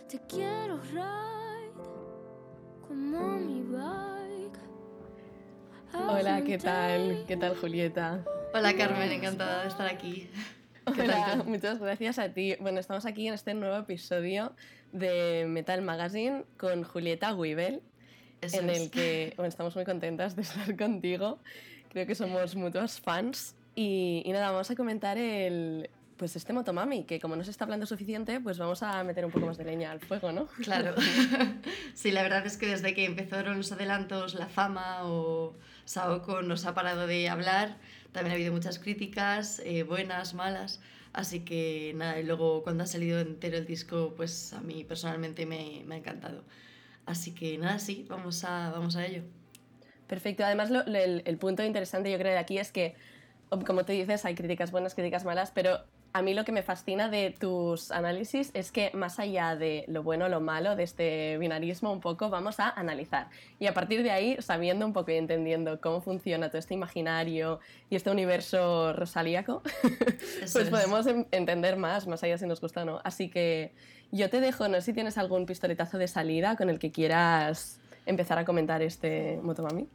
Te quiero ride como mi bike. Hola, ¿qué tal? ¿Qué tal, Julieta? Hola, Carmen, encantada de estar aquí. Hola, muchas gracias a ti. Bueno, estamos aquí en este nuevo episodio de Metal Magazine con Julieta Weibel, en el que estamos muy contentas de estar contigo. Creo que somos mutuos fans. Y nada, vamos a comentar este Motomami, que como no se está hablando suficiente, pues vamos a meter un poco más de leña al fuego, ¿no? Claro. Sí, la verdad es que desde que empezaron los adelantos, La Fama o Saoko nos ha parado de hablar. También ha habido muchas críticas, buenas, malas. Así que nada, y luego cuando ha salido entero el disco, pues a mí personalmente me ha encantado. Así que nada, sí, vamos a ello. Perfecto. Además, el punto interesante yo creo de aquí es que, como te dices, hay críticas buenas, críticas malas, pero a mí lo que me fascina de tus análisis es que más allá de lo bueno o lo malo de este binarismo un poco, vamos a analizar. Y a partir de ahí, sabiendo un poco y entendiendo cómo funciona todo este imaginario y este universo rosalíaco, pues podemos entender más allá si nos gusta o no. Así que yo te dejo, no sé si tienes algún pistoletazo de salida con el que quieras empezar a comentar este Motomami.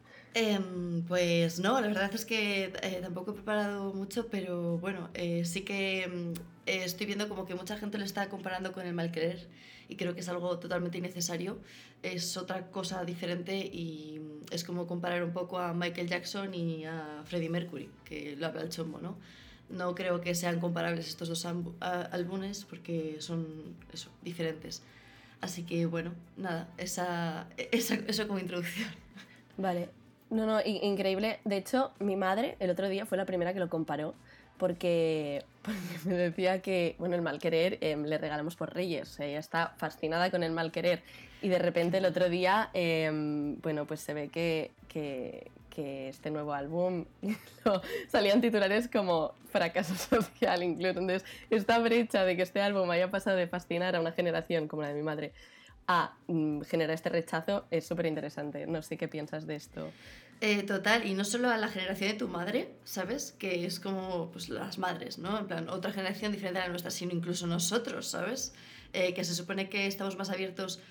Pues no, la verdad es que tampoco he preparado mucho, pero bueno, sí que estoy viendo como que mucha gente lo está comparando con el Malquerer y creo que es algo totalmente innecesario. Es otra cosa diferente y es como comparar un poco a Michael Jackson y a Freddie Mercury, que lo habla el chombo, ¿no? No creo que sean comparables estos dos álbumes porque son diferentes. Así que bueno, nada, eso como introducción. Vale. No, increíble. De hecho, mi madre el otro día fue la primera que lo comparó porque me decía que, bueno, el Malquerer le regalamos por Reyes. O sea, ella está fascinada con el Malquerer. Y de repente el otro día, bueno, pues se ve que este nuevo álbum salían titulares como fracaso social incluso. Entonces, esta brecha de que este álbum haya pasado de fascinar a una generación como la de mi madre a generar este rechazo es súper interesante. No sé qué piensas de esto. Total, y no solo a la generación de tu madre, ¿sabes? Que es como pues las madres, ¿no? En plan, otra generación diferente a la nuestra, sino incluso nosotros, ¿sabes? Que se supone que estamos más abiertos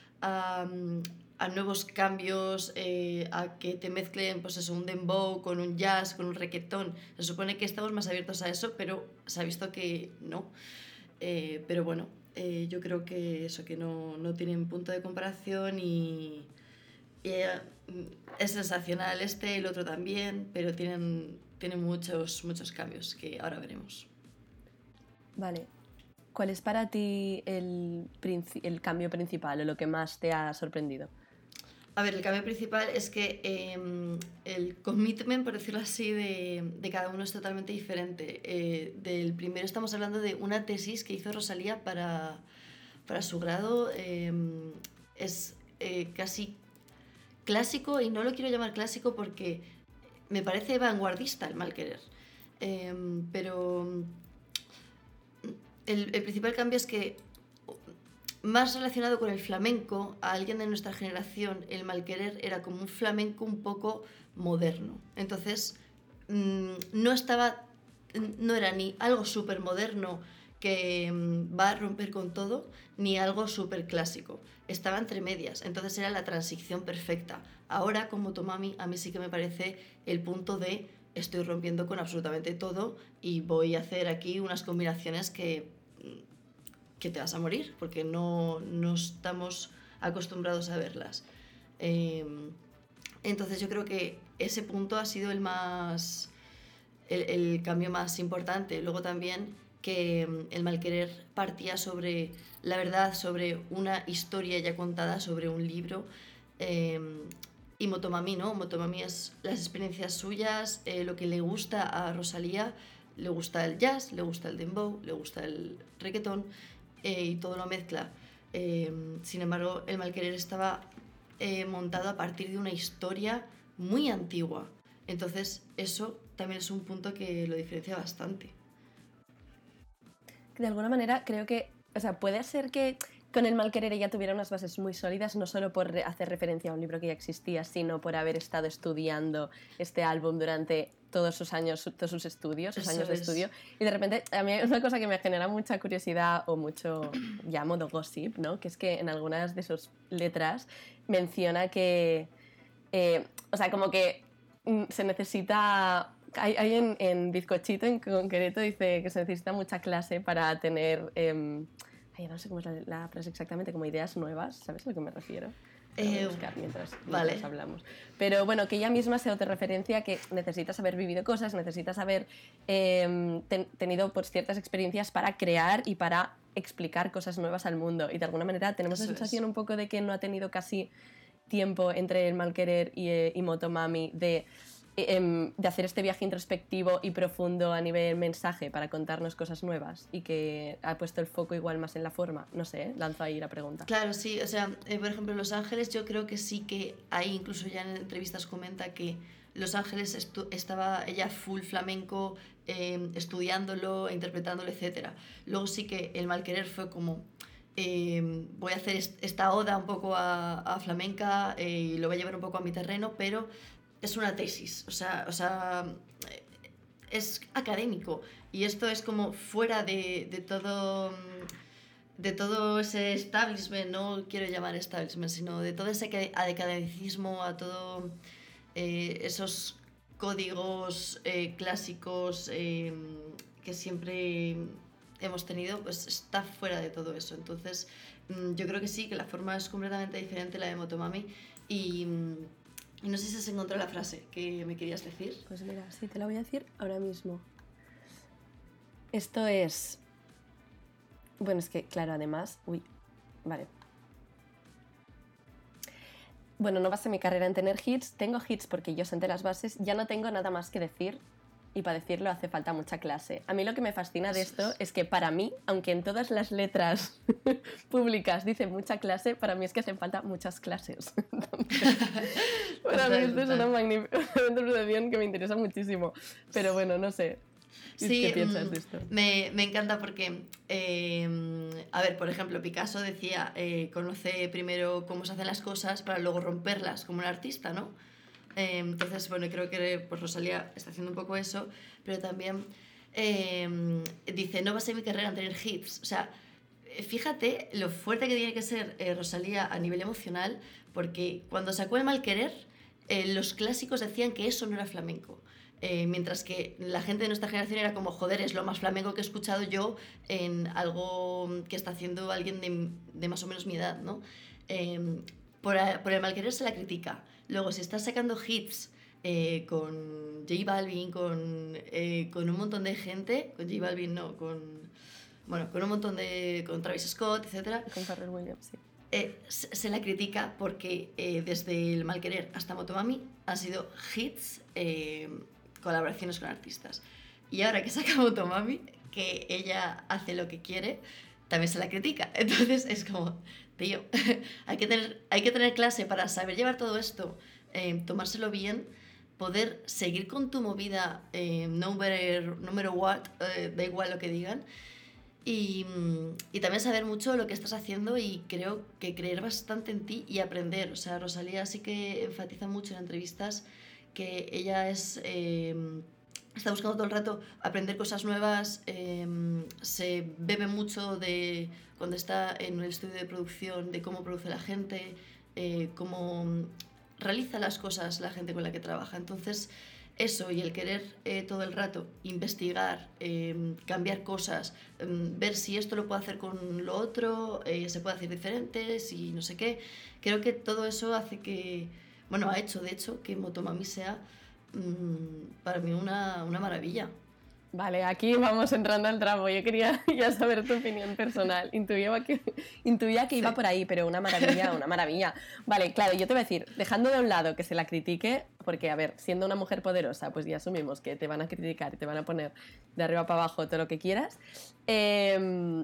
a nuevos cambios, a que te mezclen pues eso, un dembow con un jazz, con un reggaetón. Se supone que estamos más abiertos a eso, pero se ha visto que no. Pero bueno, yo creo que eso, que no tienen punto de comparación y es sensacional el otro también, pero tienen muchos cambios que ahora veremos. Vale. ¿Cuál es para ti el cambio principal o lo que más te ha sorprendido? A ver, el cambio principal es que el commitment, por decirlo así, de cada uno es totalmente diferente. Del primero estamos hablando de una tesis que hizo Rosalía para su grado. Es casi clásico, y no lo quiero llamar clásico porque me parece vanguardista el Malquerer. Pero el principal cambio es que, más relacionado con el flamenco, a alguien de nuestra generación el Malquerer era como un flamenco un poco moderno. Entonces no era ni algo súper moderno que va a romper con todo, ni algo súper clásico. Estaba entre medias, entonces era la transición perfecta. Ahora, como Motomami, a mí sí que me parece el punto de estoy rompiendo con absolutamente todo y voy a hacer aquí unas combinaciones que te vas a morir, porque no estamos acostumbrados a verlas. Entonces yo creo que ese punto ha sido el cambio más importante. Luego también que el Malquerer partía sobre la verdad, sobre una historia ya contada, sobre un libro. Y Motomami, ¿no? Motomami es las experiencias suyas, lo que le gusta a Rosalía. Le gusta el jazz, le gusta el dembow, le gusta el reggaetón, y todo lo mezcla. Sin embargo, el Malquerer estaba montado a partir de una historia muy antigua. Entonces, eso también es un punto que lo diferencia bastante. De alguna manera, creo que, o sea, puede ser que con el mal querer ella tuviera unas bases muy sólidas, no solo por hacer referencia a un libro que ya existía, sino por haber estado estudiando este álbum durante todos sus años, todos sus estudios, sus años de estudio. Y de repente, a mí es una cosa que me genera mucha curiosidad o mucho, ya modo gossip, ¿no? Que es que en algunas de sus letras menciona que, o sea, como que se necesita... Hay en Bizcochito en concreto dice que se necesita mucha clase para tener... no sé cómo es la frase exactamente, como ideas nuevas, ¿sabes a lo que me refiero? Voy a buscar mientras vale. hablamos. Pero bueno, que ella misma se autorreferencia que necesitas haber vivido cosas, necesitas haber tenido pues, ciertas experiencias para crear y para explicar cosas nuevas al mundo. Y de alguna manera tenemos la sensación un poco de que no ha tenido casi tiempo entre el mal querer y Motomami de hacer este viaje introspectivo y profundo a nivel mensaje para contarnos cosas nuevas y que ha puesto el foco igual más en la forma. No sé, lanzo ahí la pregunta. Claro, sí, o sea, por ejemplo, Los Ángeles yo creo que sí que ahí incluso ya en entrevistas comenta que Los Ángeles estaba ella full flamenco, estudiándolo, interpretándolo, etc. Luego sí que el Malquerer fue como... voy a hacer esta oda un poco a flamenca y lo voy a llevar un poco a mi terreno, pero es una tesis, o sea, es académico y esto es como fuera de todo ese establishment, no quiero llamar establishment, sino de todo ese academicismo, a todo esos códigos clásicos que siempre hemos tenido, pues está fuera de todo eso. Entonces yo creo que sí, que la forma es completamente diferente la de Motomami y no sé si has encontrado la frase que me querías decir. Pues mira, sí, te la voy a decir ahora mismo. Esto es... Bueno, es que, claro, además... Uy, vale. Bueno, no basé mi carrera en tener hits. Tengo hits porque yo senté las bases. Ya no tengo nada más que decir. Y para decirlo hace falta mucha clase. A mí lo que me fascina de esto es que para mí, aunque en todas las letras públicas dice mucha clase, para mí es que hacen falta muchas clases. Entonces, para mí esto es una magnífica interpretación que me interesa muchísimo. Pero bueno, no sé. Sí, ¿Qué piensas de esto? Me encanta porque, a ver, por ejemplo, Picasso decía, conoce primero cómo se hacen las cosas para luego romperlas como un artista, ¿no? Entonces, bueno, creo que pues, Rosalía está haciendo un poco eso, pero también dice, no va a ser mi carrera en tener hits. O sea, fíjate lo fuerte que tiene que ser Rosalía a nivel emocional, porque cuando sacó El Malquerer, los clásicos decían que eso no era flamenco. Mientras que la gente de nuestra generación era como, joder, es lo más flamenco que he escuchado yo en algo que está haciendo alguien de más o menos mi edad, ¿no? Por El Malquerer se la critica. Luego, si estás sacando hits con J Balvin, con un montón de gente, con J Balvin no, con un montón de... con Travis Scott, etc. Con Pharrell Williams, sí. Se la critica porque desde El Malquerer hasta Motomami han sido hits, colaboraciones con artistas. Y ahora que saca Motomami, que ella hace lo que quiere, también se la critica. Entonces es como, tío, hay que tener clase para saber llevar todo esto, tomárselo bien, poder seguir con tu movida, no matter what, da igual lo que digan, y también saber mucho lo que estás haciendo y creo que creer bastante en ti y aprender. O sea, Rosalía sí que enfatiza mucho en entrevistas que ella está buscando todo el rato aprender cosas nuevas, se bebe mucho de cuando está en el estudio de producción, de cómo produce la gente, cómo realiza las cosas la gente con la que trabaja. Entonces, eso y el querer todo el rato investigar, cambiar cosas, ver si esto lo puedo hacer con lo otro, se puede hacer diferente, si no sé qué. Creo que todo eso hace que, bueno, ha hecho de hecho que Motomami sea para mí una maravilla. Vale, aquí vamos entrando al tramo. Yo quería ya saber tu opinión personal. Intuía que iba por ahí, pero una maravilla, una maravilla. Vale, claro, yo te voy a decir, dejando de un lado que se la critique, porque, a ver, siendo una mujer poderosa, pues ya asumimos que te van a criticar y te van a poner de arriba para abajo todo lo que quieras.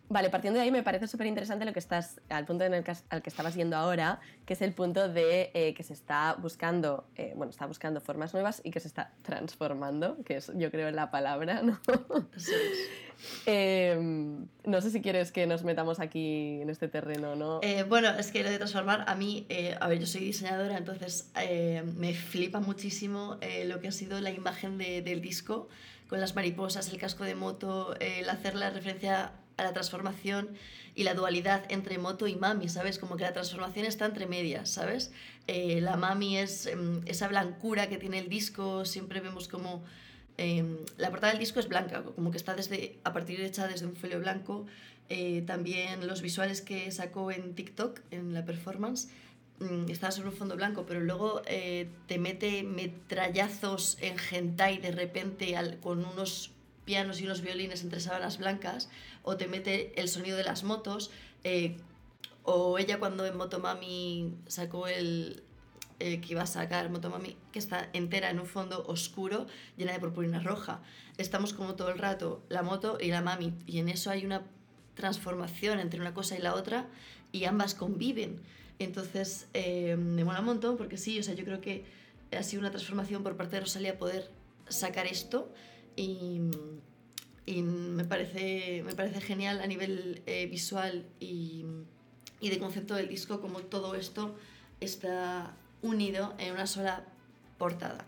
Vale, partiendo de ahí me parece súper interesante lo que estás, al punto al que estabas yendo ahora, que es el punto de que se está buscando, está buscando formas nuevas y que se está transformando, que es, yo creo, la palabra, ¿no? Eso es. No sé si quieres que nos metamos aquí en este terreno, ¿no? Bueno, es que lo de transformar, a mí, a ver, yo soy diseñadora, entonces me flipa muchísimo lo que ha sido la imagen del disco, con las mariposas, el casco de moto, el hacer la referencia a la transformación y la dualidad entre moto y mami, ¿sabes? Como que la transformación está entre medias, ¿sabes? La mami es esa blancura que tiene el disco, siempre vemos como... la portada del disco es blanca, como que está a partir hecha desde un folio blanco. También los visuales que sacó en TikTok, en la performance, está sobre un fondo blanco, pero luego te mete metrallazos en hentai de repente con unos pianos y unos violines entre sábanas blancas, o te mete el sonido de las motos, o ella cuando en Motomami sacó que iba a sacar Motomami, que está entera en un fondo oscuro llena de purpurina roja. Estamos como todo el rato la moto y la mami, y en eso hay una transformación entre una cosa y la otra, y ambas conviven. Entonces me mola un montón porque sí, o sea, yo creo que ha sido una transformación por parte de Rosalía poder sacar esto, y me parece genial a nivel visual y de concepto del disco, como todo esto está unido en una sola portada.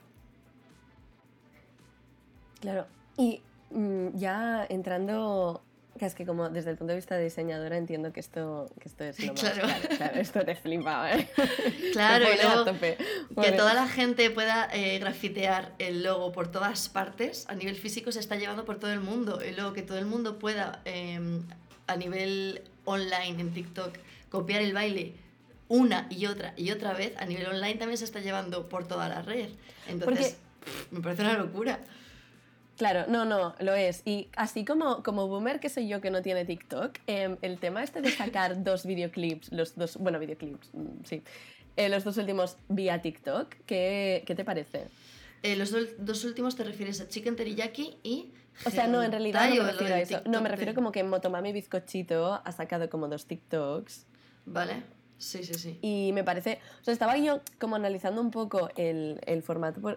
Claro, y ya entrando, que es que como desde el punto de vista de diseñadora entiendo que esto es lo más Claro. claro, esto te flipa, ¿eh? Claro, Te y pone a luego tope. que Vale. toda la gente pueda grafitear el logo por todas partes, a nivel físico se está llevando por todo el mundo, y luego que todo el mundo pueda a nivel online en TikTok copiar el baile una y otra vez, a nivel online también se está llevando por toda la red. Entonces, me parece una locura. Claro, no, lo es. Y así como boomer que soy yo que no tiene TikTok, el tema este de sacar dos videoclips, videoclips, sí, los dos últimos vía TikTok, ¿qué te parece? Los dos últimos te refieres a Chicken Teriyaki y... O sea, no, en realidad no me o lo refiero a del eso. TikTok No, me refiero como que Motomami Bizcochito ha sacado como dos TikToks. Vale, sí. Y me parece... O sea, estaba yo como analizando un poco el formato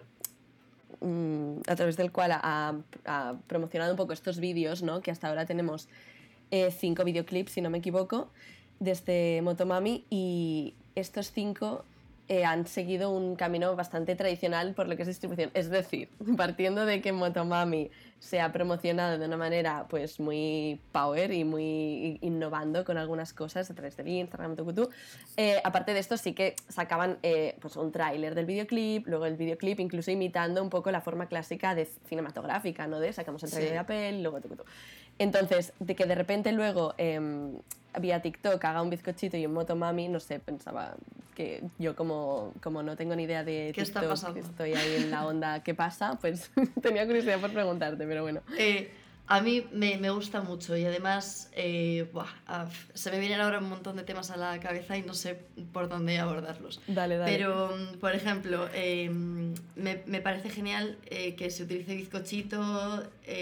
a través del cual ha promocionado un poco estos vídeos, ¿no? Que hasta ahora tenemos 5 videoclips, si no me equivoco, desde Motomami, y estos 5 han seguido un camino bastante tradicional por lo que es distribución. Es decir, partiendo de que Motomami se ha promocionado de una manera pues muy power y muy innovando con algunas cosas a través del Instagram, aparte de esto sí que sacaban pues un tráiler del videoclip, luego el videoclip incluso imitando un poco la forma clásica de cinematográfica, ¿no? De sacamos el tráiler de la peli, luego Entonces, de que de repente luego vía TikTok haga un bizcochito y un Motomami, no sé, pensaba que yo como no tengo ni idea de ¿Qué TikTok, está pasando? estoy ahí en la onda, ¿qué pasa? Pues tenía curiosidad por preguntarte, pero bueno. A mí me gusta mucho, y además se me vienen ahora un montón de temas a la cabeza y no sé por dónde abordarlos. Dale. Pero, por ejemplo, me parece genial que se utilice bizcochito,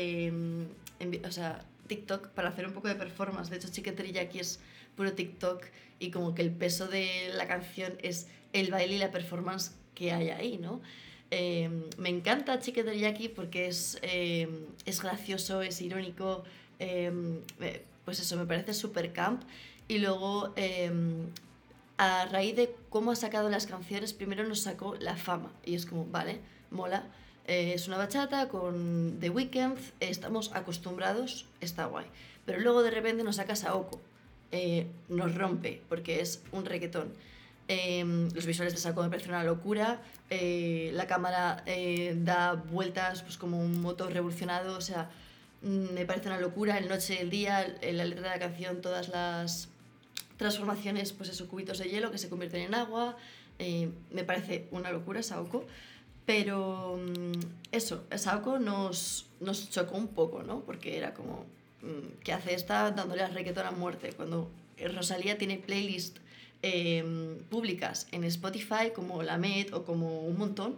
o sea, TikTok para hacer un poco de performance. De hecho, Chicken Teriyaki es puro TikTok, y como que el peso de la canción es el baile y la performance que hay ahí, ¿no? Me encanta Chicken Teriyaki porque es gracioso, es irónico, pues eso, me parece super camp. Y luego, a raíz de cómo ha sacado las canciones, primero nos sacó La Fama, y es como, vale, mola. Es una bachata con The Weeknd, estamos acostumbrados, está guay. Pero luego de repente nos saca Saoko, nos rompe porque es un reggaetón. Los visuales de Saoko me parecen una locura, la cámara da vueltas pues como un motor revolucionado, o sea, me parece una locura. El noche y el día, la letra de la canción, todas las transformaciones, pues eso, cubitos de hielo que se convierten en agua, me parece una locura Saoko. Pero eso, Saoko nos chocó un poco, ¿no? Porque era como, ¿qué hace esta dándole al reggaetón a muerte? Cuando Rosalía tiene playlists públicas en Spotify como La Met o como un montón,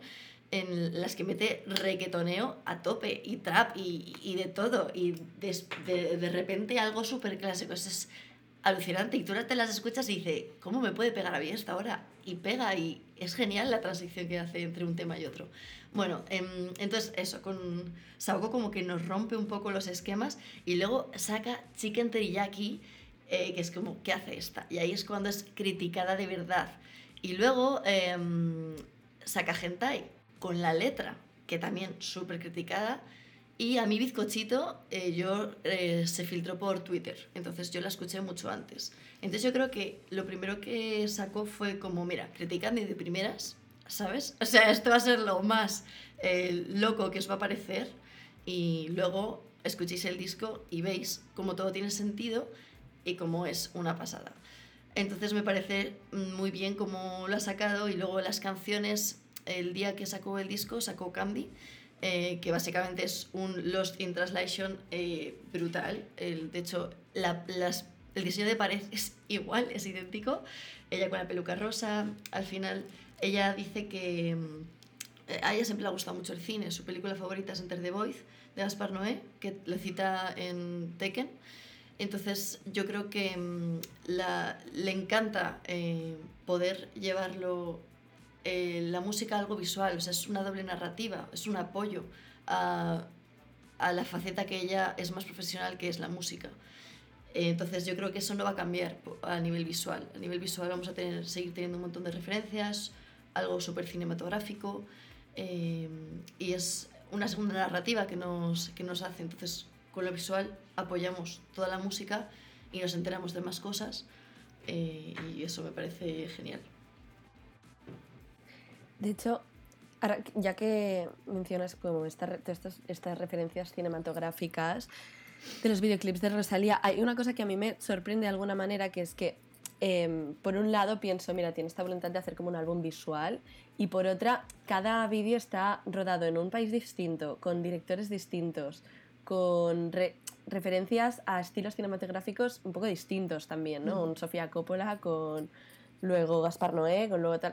en las que mete requetoneo a tope y trap y de todo. Y de repente algo súper clásico. Es alucinante. Y tú te las escuchas y dices, ¿cómo me puede pegar a mí esta hora? Y pega y es genial la transición que hace entre un tema y otro. Bueno, entonces eso, con Saoko como que nos rompe un poco los esquemas y luego saca Chicken Teriyaki, que es como, ¿qué hace esta? Y ahí es cuando es criticada de verdad. Y luego saca Hentai con la letra, que también súper criticada. Y a mi bizcochito se filtró por Twitter, entonces yo la escuché mucho antes. Entonces yo creo que lo primero que sacó fue como, mira, criticadme de primeras, ¿sabes? O sea, esto va a ser lo más loco que os va a parecer y luego escuchéis el disco y veis cómo todo tiene sentido y cómo es una pasada. Entonces me parece muy bien cómo lo ha sacado y luego las canciones, el día que sacó el disco, sacó Candy, que básicamente es un Lost in Translation brutal. De hecho, el diseño de pared es igual, es idéntico. Ella con la peluca rosa, al final ella dice que a ella siempre le ha gustado mucho el cine. Su película favorita es Enter the Void, de Gaspar Noé, que le cita en Tekken. Entonces yo creo que le encanta poder llevarlo la música a algo visual, o sea, es una doble narrativa, es un apoyo a la faceta que ella es más profesional, que es la música. Entonces yo creo que eso no va a cambiar a nivel visual. A nivel visual vamos a seguir teniendo un montón de referencias, algo súper cinematográfico, y es una segunda narrativa que nos hace. Entonces con lo visual apoyamos toda la música y nos enteramos de más cosas, y eso me parece genial. De hecho, ahora, ya que mencionas como estas referencias cinematográficas de los videoclips de Rosalía, hay una cosa que a mí me sorprende de alguna manera, que es que por un lado pienso, mira, tiene esta voluntad de hacer como un álbum visual, y por otra, cada vídeo está rodado en un país distinto, con directores distintos, con referencias a estilos cinematográficos un poco distintos también, ¿no? Un Sofía Coppola con luego Gaspar Noé, con luego tal...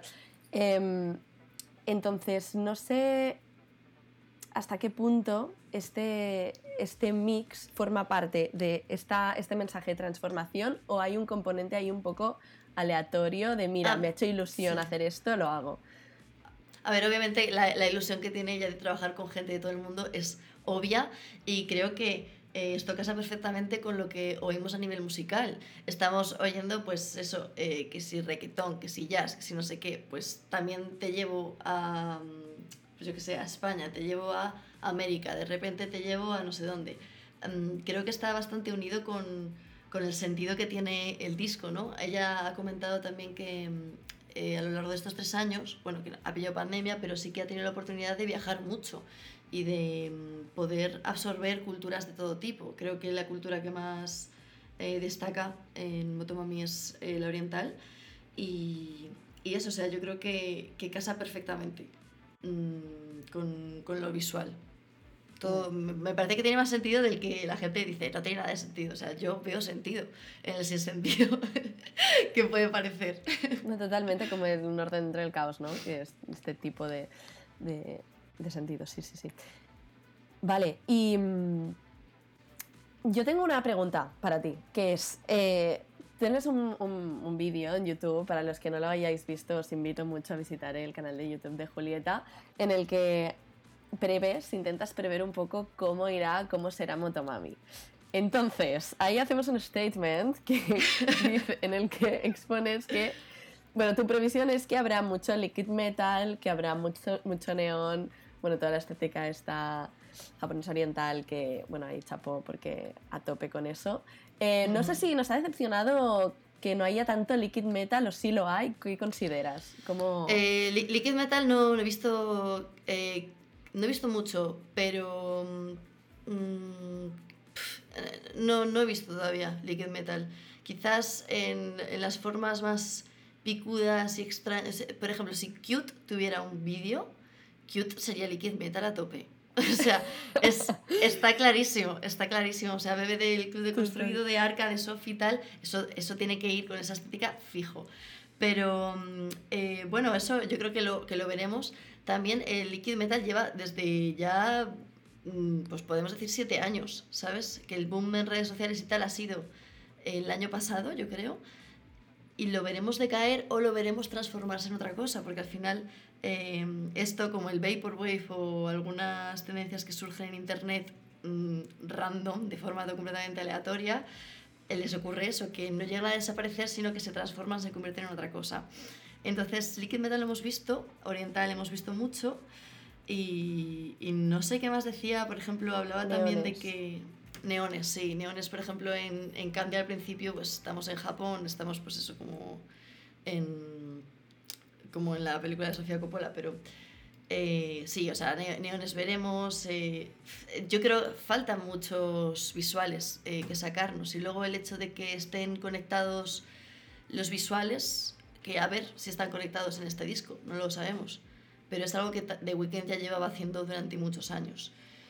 Entonces, no sé hasta qué punto este mix forma parte de este mensaje de transformación, o hay un componente ahí un poco aleatorio de, mira, me ha hecho ilusión hacer esto, lo hago. A ver, obviamente la ilusión que tiene ella de trabajar con gente de todo el mundo es obvia, y creo que esto casa perfectamente con lo que oímos a nivel musical. Estamos oyendo, pues eso, que si reggaetón, que si jazz, que si no sé qué, pues también te llevo a, pues yo que sé, a España, te llevo a América, de repente te llevo a no sé dónde. Creo que está bastante unido con el sentido que tiene el disco, ¿no? Ella ha comentado también que a lo largo de estos 3 años, bueno, que ha pillado pandemia, pero sí que ha tenido la oportunidad de viajar mucho y de poder absorber culturas de todo tipo. Creo que la cultura que más destaca en Motomami es la oriental, y eso, o sea, yo creo que casa perfectamente con lo visual. Todo, me parece que tiene más sentido del que la gente dice, no tiene nada de sentido. O sea, yo veo sentido en el sentido que puede parecer. No, totalmente, como en un orden dentro del caos, ¿no? Que es este tipo de sentido, sí. Vale, y yo tengo una pregunta para ti, que es, tienes un vídeo en YouTube, para los que no lo hayáis visto, os invito mucho a visitar el canal de YouTube de Julieta, en el que intentas prever un poco cómo será Motomami. Entonces, ahí hacemos un statement en el que expones que, bueno, tu previsión es que habrá mucho liquid metal, que habrá mucho neón, bueno, toda la estética esta japonesa oriental, que, bueno, ahí chapó porque a tope con eso. No sé si nos ha decepcionado que no haya tanto liquid metal, o sí lo hay. ¿Qué consideras? Liquid metal no he visto... no he visto mucho, pero no he visto todavía liquid metal. Quizás en las formas más picudas y extrañas. Por ejemplo, si Cute tuviera un vídeo, Cute sería liquid metal a tope. O sea, está clarísimo. O sea, bebe del club de construido de Arca, de Sophie y tal. Eso tiene que ir con esa estética fijo. Pero bueno, eso yo creo que lo veremos. También el Liquid Metal lleva desde ya, pues podemos decir 7 años, ¿sabes? Que el boom en redes sociales y tal ha sido el año pasado, yo creo. Y lo veremos decaer o lo veremos transformarse en otra cosa, porque al final esto, como el Vaporwave o algunas tendencias que surgen en internet random, de forma completamente aleatoria, les ocurre eso, que no llegan a desaparecer, sino que se transforman, se convierten en otra cosa. Entonces, Liquid Metal lo hemos visto, Oriental hemos visto mucho, y no sé qué más decía, por ejemplo, hablaba también de que... Neones, sí, Neones, por ejemplo, en Candia al principio, pues estamos en Japón, estamos pues eso como en la película de Sofía Coppola, pero sí, o sea, Neones veremos, yo creo faltan muchos visuales que sacarnos, y luego el hecho de que estén conectados los visuales, que a ver si están conectados en este disco, no lo sabemos, pero es algo que The Weeknd ya llevaba haciendo durante muchos años.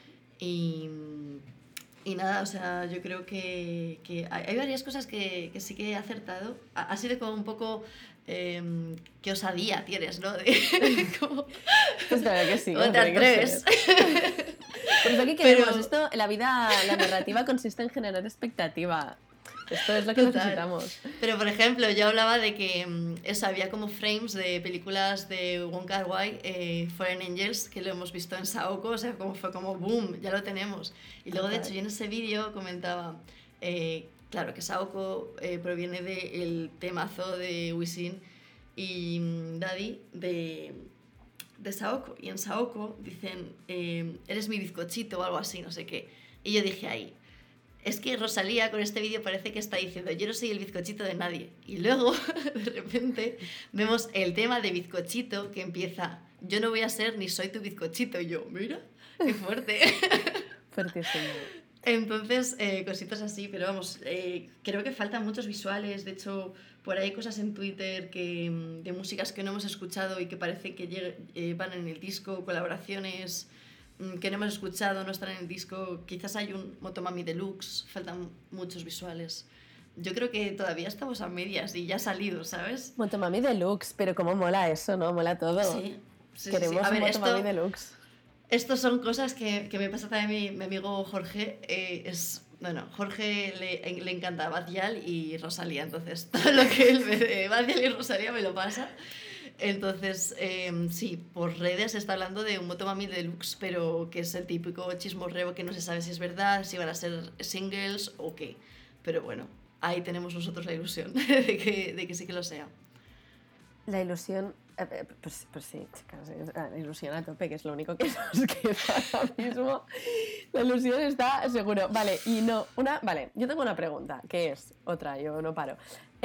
Y nada, o sea, yo creo que hay varias cosas que sí que he acertado. Ha sido como un poco... qué osadía tienes, ¿no? Como, Pues claro que sí. ¿cómo te atreves? Pero es lo que queremos. Esto, la vida, la narrativa consiste en generar expectativa. Esto es lo que necesitamos. Pero, por ejemplo, yo hablaba de que eso, había como frames de películas de Wong Kar-wai, Fallen Angels, que lo hemos visto en Saoko, o sea, como fue como boom, ya lo tenemos. Y luego, de hecho, yo en ese vídeo comentaba, claro, que Saoko proviene del temazo de Wisin y Daddy de Saoko. Y en Saoko dicen, eres mi bizcochito o algo así, no sé qué. Y yo dije ahí, es que Rosalía con este vídeo parece que está diciendo yo no soy el bizcochito de nadie. Y luego, de repente, vemos el tema de bizcochito que empieza yo no voy a ser ni soy tu bizcochito. Y yo, mira, qué fuerte. Fuertísimo. Entonces, cositas así, pero vamos, creo que faltan muchos visuales. De hecho, por ahí hay cosas en Twitter de músicas que no hemos escuchado y que parece que van en el disco, colaboraciones que no hemos escuchado, no están en el disco. Quizás hay un Motomami Deluxe, faltan muchos visuales. Yo creo que todavía estamos a medias y ya ha salido, ¿sabes? Motomami Deluxe, pero cómo mola eso, ¿no? Mola todo. Sí, queremos sí. A ver, Motomami Deluxe. Estos son cosas que me pasa también mi amigo Jorge. Jorge le encanta Badial y Rosalía, entonces todo lo que él ve de Badial y Rosalía me lo pasa. Entonces, sí, por redes se está hablando de un Motomami Deluxe, pero que es el típico chismorreo que no se sabe si es verdad, si van a ser singles o qué. Pero bueno, ahí tenemos nosotros la ilusión de que sí que lo sea. La ilusión, pues sí, chicas, la ilusión a tope, que es lo único que nos queda ahora mismo. La ilusión está seguro. Vale, yo tengo una pregunta, que es otra, yo no paro.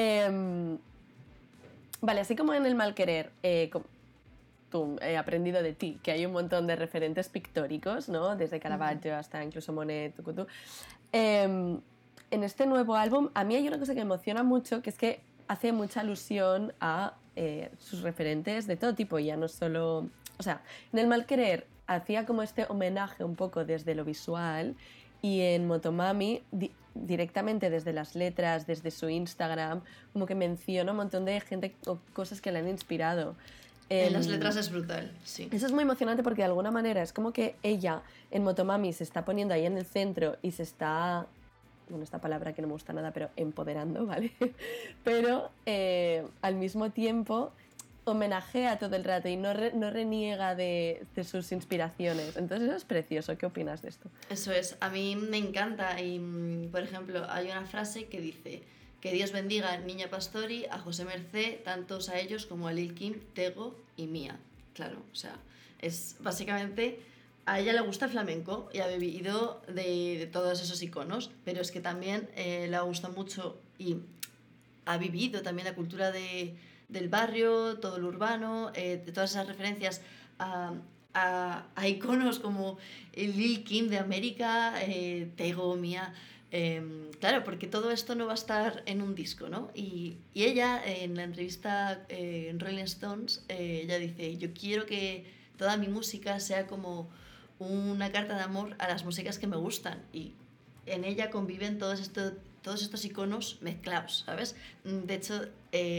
Vale, así como en el mal querer, he aprendido de ti que hay un montón de referentes pictóricos, ¿no? Desde Caravaggio hasta incluso Monet, Tucutú. En este nuevo álbum, a mí hay una cosa que me emociona mucho, que es que hace mucha alusión a sus referentes de todo tipo, ya no solo... O sea, en el mal querer hacía como este homenaje un poco desde lo visual, y en Motomami directamente desde las letras, desde su Instagram, como que menciona un montón de gente o cosas que le han inspirado. En las letras es brutal, sí. Eso es muy emocionante porque de alguna manera es como que ella en Motomami se está poniendo ahí en el centro y se está, bueno, esta palabra que no me gusta nada, pero empoderando, ¿vale? Pero al mismo tiempo homenajea todo el rato y no reniega de sus inspiraciones. Entonces eso es precioso. ¿Qué opinas de esto? Eso es, a mí me encanta. Y, por ejemplo, hay una frase que dice que Dios bendiga a Niña Pastori, a José Mercé, tantos a ellos como a Lil Kim, Tego y Mía. Claro, o sea, es básicamente... A ella le gusta el flamenco y ha bebido de todos esos iconos, pero es que también le gusta mucho y ha vivido también la cultura del barrio, todo lo urbano, de todas esas referencias a iconos como el Lil Kim de América, Tego, Mía. Claro, porque todo esto no va a estar en un disco, ¿no? Y ella, en la entrevista en Rolling Stones, ella dice, yo quiero que toda mi música sea como una carta de amor a las músicas que me gustan, y en ella conviven todos estos iconos mezclados, ¿sabes? De hecho,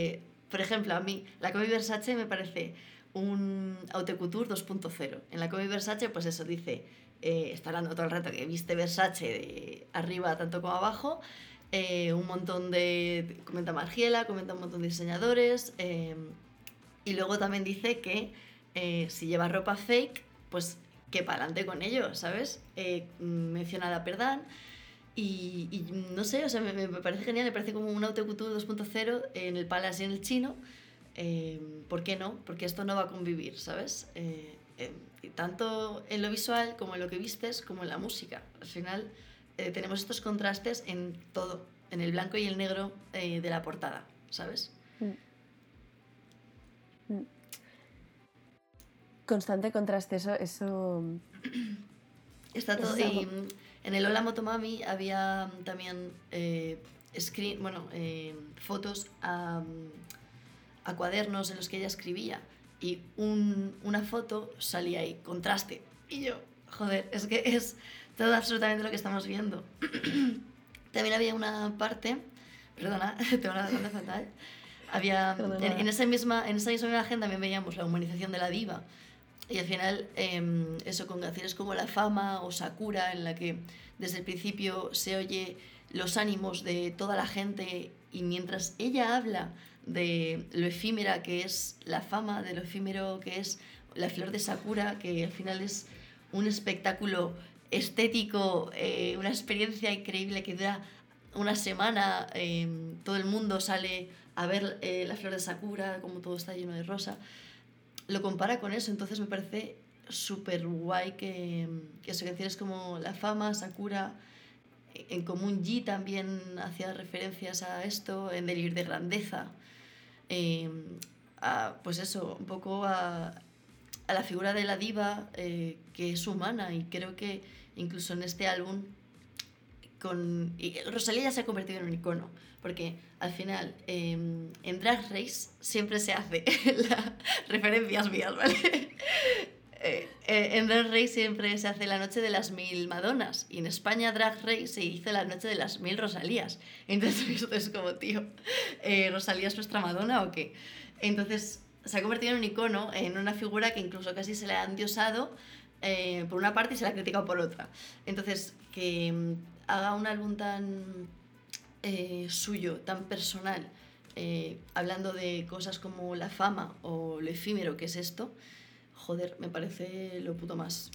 por ejemplo, a mí la Comi Versace me parece un haute couture 2.0. En la Comi Versace, pues eso, dice, está hablando todo el rato que viste Versace de arriba tanto como abajo, un montón de... comenta Margiela, comenta un montón de diseñadores, y luego también dice que si lleva ropa fake, pues que para adelante con ello, ¿sabes? Menciona a la Perdán. Y no sé, o sea, me parece genial, me parece como un haute couture 2.0 en el Palace y en el Chino. ¿Por qué no? Porque esto no va a convivir, ¿sabes? Tanto en lo visual como en lo que vistes, como en la música. Al final tenemos estos contrastes en todo, en el blanco y el negro de la portada, ¿sabes? Constante contraste, eso... Está todo... Y en el Hola Motomami había también fotos a cuadernos en los que ella escribía, y una foto salía ahí, contraste, y yo, joder, es que es todo absolutamente lo que estamos viendo. También había una parte, perdona, tengo la garganta fatal, había, en esa misma imagen también veíamos la humanización de la diva, y al final eso, con canciones como La Fama o Sakura, en la que desde el principio se oye los ánimos de toda la gente, y mientras ella habla de lo efímera que es la fama, de lo efímero que es la flor de Sakura, que al final es un espectáculo estético, una experiencia increíble que dura una semana, todo el mundo sale a ver la flor de Sakura, como todo está lleno de rosa, lo compara con eso. Entonces me parece súper guay que son canciones como La Fama, Sakura, en Común G también hacía referencias a esto, en Delirio de Grandeza, pues eso, un poco a la figura de la diva, que es humana, y creo que incluso en este álbum Rosalía ya se ha convertido en un icono, porque al final en Drag Race siempre se hace referencias mías, ¿vale? En Drag Race siempre se hace la noche de las 1000 Madonas, y en España Drag Race se hizo la noche de las 1000 Rosalías. Entonces esto es como, tío, ¿Rosalía es nuestra Madonna o qué? Entonces se ha convertido en un icono, en una figura que incluso casi se le ha endiosado por una parte y se la ha criticado por otra. Entonces, que haga un álbum tan suyo, tan personal, hablando de cosas como la fama o lo efímero que es esto, joder, me parece lo puto más.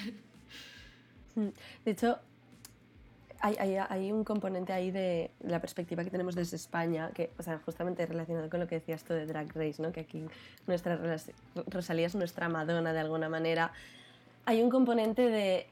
De hecho, hay un componente ahí de la perspectiva que tenemos desde España, que, o sea, justamente relacionado con lo que decías tú de Drag Race, ¿no? Que aquí Rosalía es nuestra Madonna de alguna manera. Hay un componente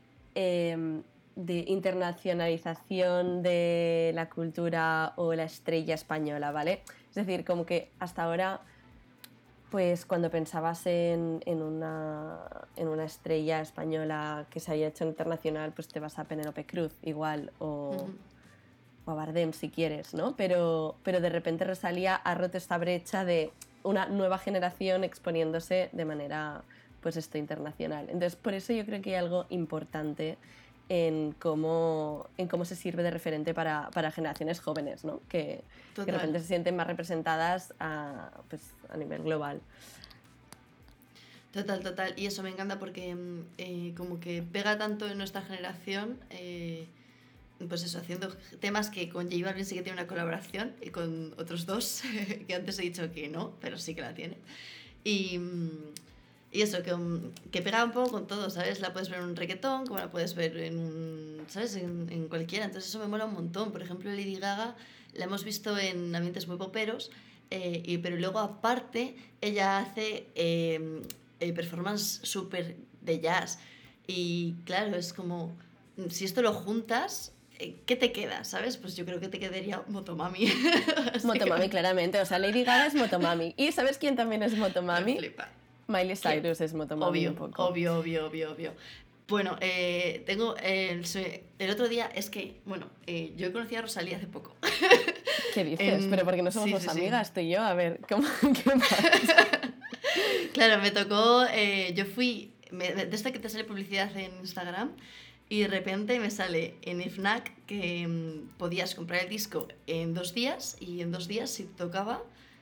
de internacionalización de la cultura o la estrella española, ¿vale? Es decir, como que hasta ahora, pues cuando pensabas en una estrella española que se haya hecho internacional, pues te vas a Penélope Cruz igual, o a Bardem si quieres, ¿no? Pero de repente Rosalía ha roto esta brecha de una nueva generación exponiéndose de manera, pues esto, internacional. Entonces, por eso yo creo que hay algo importante en cómo se sirve de referente para generaciones jóvenes, ¿no? Que de repente se sienten más representadas a nivel global. Total. Y eso me encanta porque como que pega tanto en nuestra generación, pues eso, haciendo temas que con J Balvin sí que tiene una colaboración, y con otros dos que antes he dicho que no, pero sí que la tiene. Y eso, que pega un poco con todo, ¿sabes? La puedes ver en un reggaetón, como la puedes ver ¿sabes? En cualquiera. Entonces eso me mola un montón. Por ejemplo, Lady Gaga la hemos visto en ambientes muy poperos, pero luego aparte ella hace performance súper de jazz. Y claro, es como, si esto lo juntas, ¿qué te queda? ¿Sabes? Pues yo creo que te quedaría Motomami. Motomami, claramente. O sea, Lady Gaga es Motomami. ¿Y sabes quién también es Motomami? Me flipa. Miley Cyrus es Motomami un poco. Obvio. Bueno, tengo el otro día, es que, bueno, yo conocí a Rosalía hace poco. ¿Qué dices? Pero porque no somos amigas, tú y yo. A ver, ¿qué pasa? Claro, me tocó, yo fui, desde que te sale publicidad en Instagram, y de repente me sale en FNAC que podías comprar el disco en 2 días, y en 2 días, si te tocaba,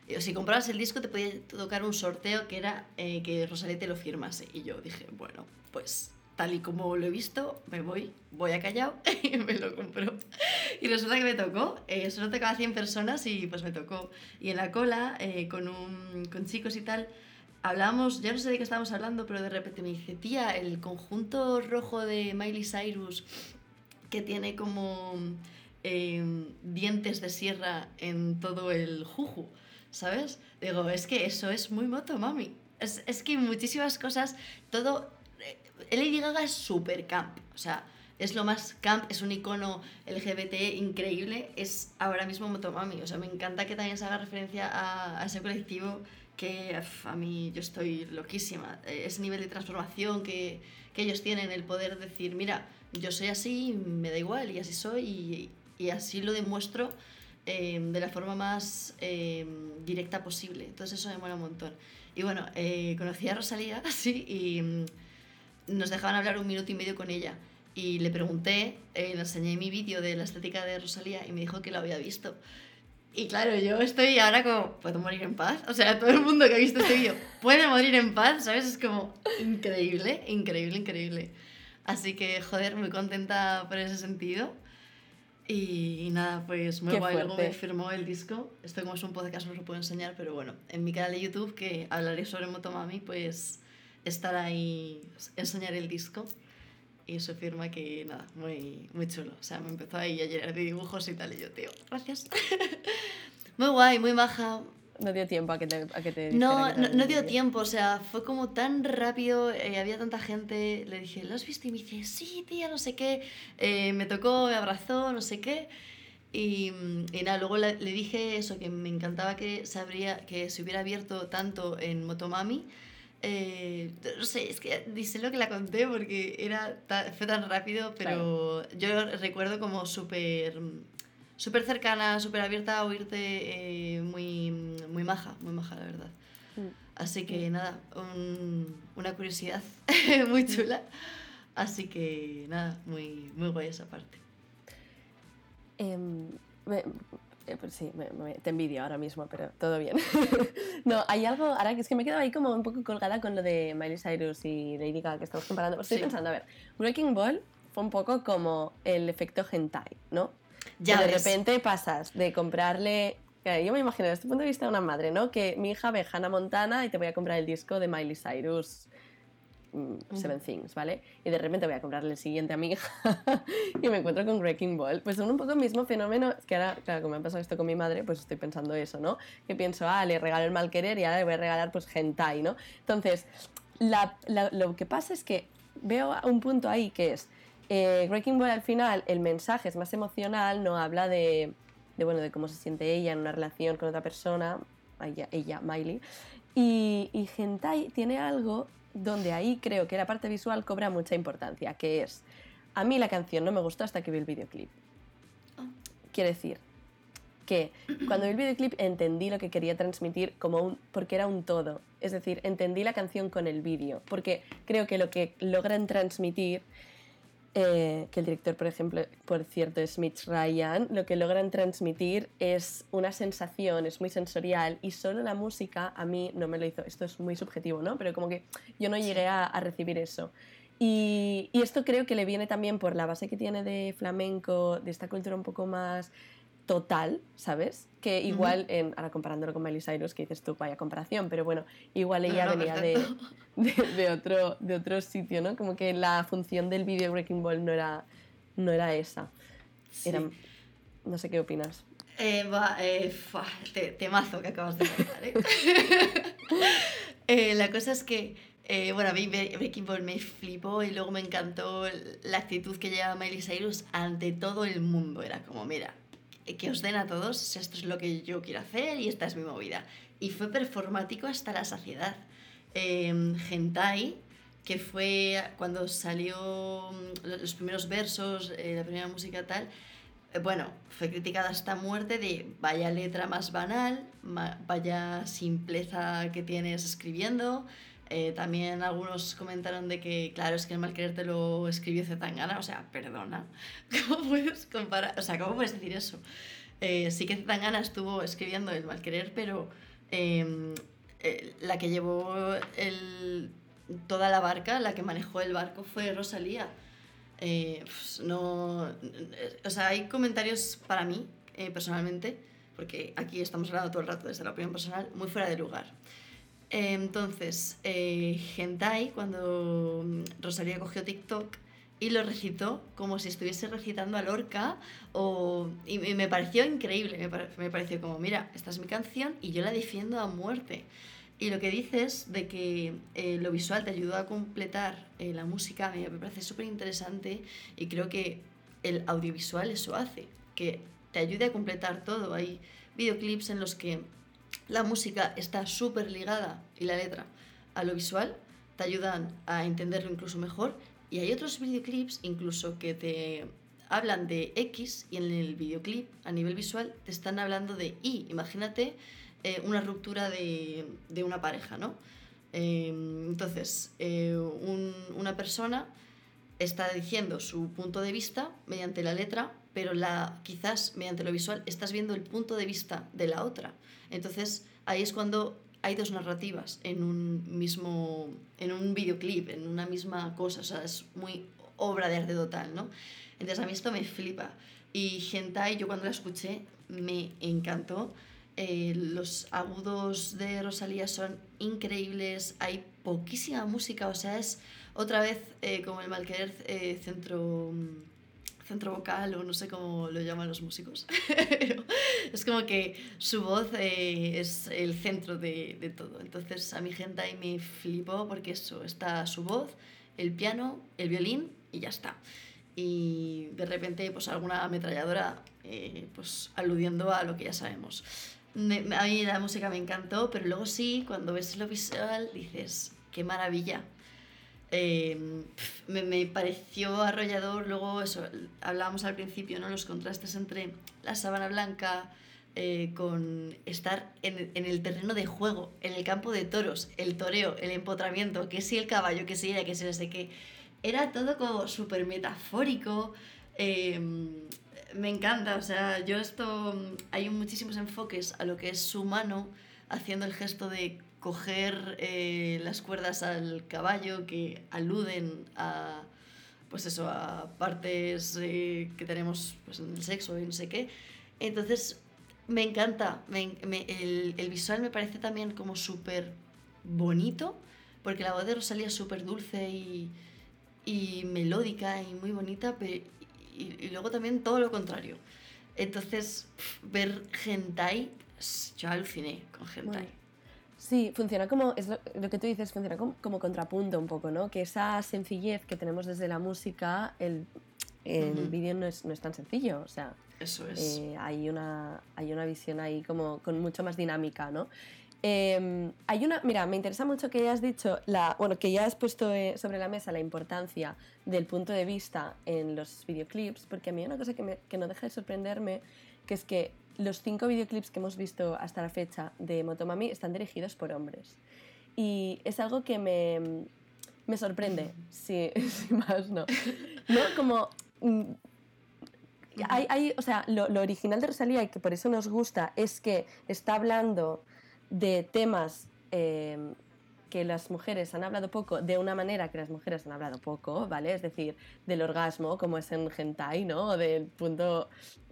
Si comprabas el disco te podía tocar un sorteo que era que Rosalía te lo firmase. Y yo dije, bueno, pues tal y como lo he visto, voy a Callao y me lo compro. Y resulta que me tocó, solo tocaba 100 personas y pues me tocó. Y en la cola, con chicos y tal, hablábamos, ya no sé de qué estábamos hablando, pero de repente me dice, tía, el conjunto rojo de Miley Cyrus que tiene como dientes de sierra en todo el juju, ¿sabes? Digo, es que eso es muy Motomami. Es que muchísimas cosas, todo... Lady Gaga es súper camp, o sea, es lo más camp, es un icono LGBT increíble, es ahora mismo Motomami. O sea, me encanta que también se haga referencia a ese colectivo que a mí yo estoy loquísima. Ese nivel de transformación que ellos tienen, el poder decir, mira, yo soy así, me da igual y así soy y así lo demuestro de la forma más directa posible. Entonces eso me mola un montón. Y bueno, conocí a Rosalía así y nos dejaban hablar 1 minuto y medio con ella. Y le pregunté, le enseñé mi vídeo de la estética de Rosalía y me dijo que lo había visto. Y claro, yo estoy ahora como, ¿puedo morir en paz? O sea, todo el mundo que ha visto este vídeo puede morir en paz, ¿sabes? Es como increíble, increíble, increíble. Así que, joder, muy contenta por ese sentido. Y nada, pues muy Qué guay. Luego fuerte. me firmó el disco. Esto como es un podcast no os lo puedo enseñar, pero bueno, en mi canal de YouTube, que hablaré sobre Motomami, pues estará ahí, enseñar el disco. Y su firma que, nada, muy, muy chulo. O sea, me empezó ahí a llenar de dibujos y tal. Y yo, tío, gracias. Muy guay, muy maja. No dio tiempo a que te dijera que No, te no, haga no el dio vídeo. tiempo, o sea, fue como tan rápido, había tanta gente, le dije, ¿lo has visto? Y me dice, sí, tía, no sé qué, me tocó, me abrazó, no sé qué, y nada, luego le dije eso, que me encantaba que se hubiera abierto tanto en Motomami, no sé, es que dice lo que la conté porque fue tan rápido, pero yo recuerdo como súper cercana, súper abierta a oírte, muy, muy maja, la verdad. Mm. Así que nada, una curiosidad muy chula. Así que nada, muy, muy guay esa parte. Em, me- pues sí, te envidio ahora mismo, pero todo bien. No, hay algo, ahora que es que me quedo ahí como un poco colgada con lo de Miley Cyrus y Lady Gaga que estamos comparando. Estoy Sí. pensando, a ver, Wrecking Ball fue un poco como el efecto hentai, ¿no? Ya que de ves. repente pasas de comprarle... Claro, yo me imagino desde el punto de vista de una madre, ¿no? Que mi hija ve Hannah Montana y te voy a comprar el disco de Miley Cyrus, Seven Things, ¿vale? Y de repente voy a comprarle el siguiente a mi hija y me encuentro con Wrecking Ball. Pues son un poco el mismo fenómeno. Es que ahora, claro, como me ha pasado esto con mi madre, pues estoy pensando eso, ¿no? Que pienso, le regalo el mal querer y ahora le voy a regalar pues hentai, ¿no? Entonces, lo que pasa es que veo un punto ahí que es Wrecking Ball al final, el mensaje es más emocional, no habla de cómo se siente ella en una relación con otra persona, ella Miley, y hentai tiene algo donde ahí creo que la parte visual cobra mucha importancia, que es, a mí la canción no me gustó hasta que vi el videoclip. Quiere decir que cuando vi el videoclip entendí lo que quería transmitir porque era un todo. Es decir, entendí la canción con el vídeo, porque creo que lo que logran transmitir, que el director, por ejemplo, por cierto, es Mitch Ryan, lo que logran transmitir es una sensación, es muy sensorial, y solo la música a mí no me lo hizo. Esto es muy subjetivo, ¿no? Pero como que yo no llegué a recibir eso. Y esto creo que le viene también por la base que tiene de flamenco, de esta cultura un poco más total, ¿sabes? Que igual, ahora comparándolo con Miley Cyrus, que dices tú, vaya comparación, pero bueno, igual ella venía de otro sitio, ¿no? Como que la función del vídeo Wrecking Ball no era esa. Sí. No sé qué opinas. Temazo que acabas de contar, la cosa es que, bueno, a mí Wrecking Ball me flipó y luego me encantó la actitud que llevaba Miley Cyrus ante todo el mundo. Era como, mira, que os den a todos, esto es lo que yo quiero hacer y esta es mi movida. Y fue performático hasta la saciedad. Hentai, que fue cuando salió los primeros versos, la primera música tal, bueno, fue criticada hasta muerte de vaya letra más banal, vaya simpleza que tienes escribiendo. También algunos comentaron de que, claro, es que el mal querer te lo escribió Zetangana, o sea, perdona, ¿cómo puedes comparar? O sea, ¿cómo puedes decir eso? Sí que Zetangana estuvo escribiendo el mal querer, pero eh, la que llevó toda la barca, la que manejó el barco fue Rosalía. Pues no, o sea, hay comentarios para mí, personalmente, porque aquí estamos hablando todo el rato desde la opinión personal, muy fuera de lugar. Entonces, Hentai, cuando Rosalía cogió TikTok y lo recitó como si estuviese recitando a Lorca, y me pareció increíble, me pareció como, mira, esta es mi canción y yo la defiendo a muerte. Y lo que dices de que lo visual te ayudó a completar la música me parece súper interesante, y creo que el audiovisual eso hace, que te ayude a completar todo. Hay videoclips en los que la música está súper ligada y la letra a lo visual, te ayudan a entenderlo incluso mejor, y hay otros videoclips incluso que te hablan de X y en el videoclip a nivel visual te están hablando de Y. Imagínate una ruptura de una pareja, ¿no? Entonces, una persona está diciendo su punto de vista mediante la letra, pero quizás mediante lo visual estás viendo el punto de vista de la otra. Entonces, ahí es cuando hay dos narrativas en un videoclip, en una misma cosa. O sea, es muy obra de arte total, ¿no? Entonces, a mí esto me flipa. Y Hentai, yo cuando la escuché, me encantó. Los agudos de Rosalía son increíbles, hay poquísima música, o sea, es otra vez como el Malquerer centro vocal, o no sé cómo lo llaman los músicos. Es como que su voz es el centro de todo. Entonces a mi gente ahí me flipó porque eso, está su voz, el piano, el violín y ya está. Y de repente pues alguna ametralladora pues aludiendo a lo que ya sabemos. A mí la música me encantó, pero luego sí, cuando ves lo visual dices, qué maravilla. Me pareció arrollador. Luego eso, hablábamos al principio, ¿no? Los contrastes entre la sábana blanca con estar en el terreno de juego, en el campo de toros, el toreo, el empotramiento, que si el caballo, que si ella, que si no sé qué. Era todo como súper metafórico. Me encanta, o sea, hay muchísimos enfoques a lo que es su mano haciendo el gesto de coger las cuerdas al caballo, que aluden a, pues eso, a partes que tenemos pues, en el sexo y no sé qué. Entonces, me encanta. El visual me parece también como súper bonito, porque la voz de Rosalía es súper dulce y melódica y muy bonita, y luego también todo lo contrario. Entonces, ver Hentai, yo aluciné con Hentai. Bueno, sí, funciona como, es lo que tú dices, funciona como contrapunto un poco, ¿no? Que esa sencillez que tenemos desde la música, el vídeo no es tan sencillo, o sea, eso es. Hay una visión ahí como con mucho más dinámica, ¿no? Mira, me interesa mucho que hayas dicho, que ya has puesto sobre la mesa la importancia del punto de vista en los videoclips, porque a mí hay una cosa que no deja de sorprenderme, que es que los 5 videoclips que hemos visto hasta la fecha de Motomami están dirigidos por hombres. Y es algo que me sorprende, si más no. No, como... o sea, lo original de Rosalía, y que por eso nos gusta, es que está hablando de temas que las mujeres han hablado poco, de una manera que las mujeres han hablado poco, ¿vale? Es decir, del orgasmo, como es en hentai, ¿no? O del punto,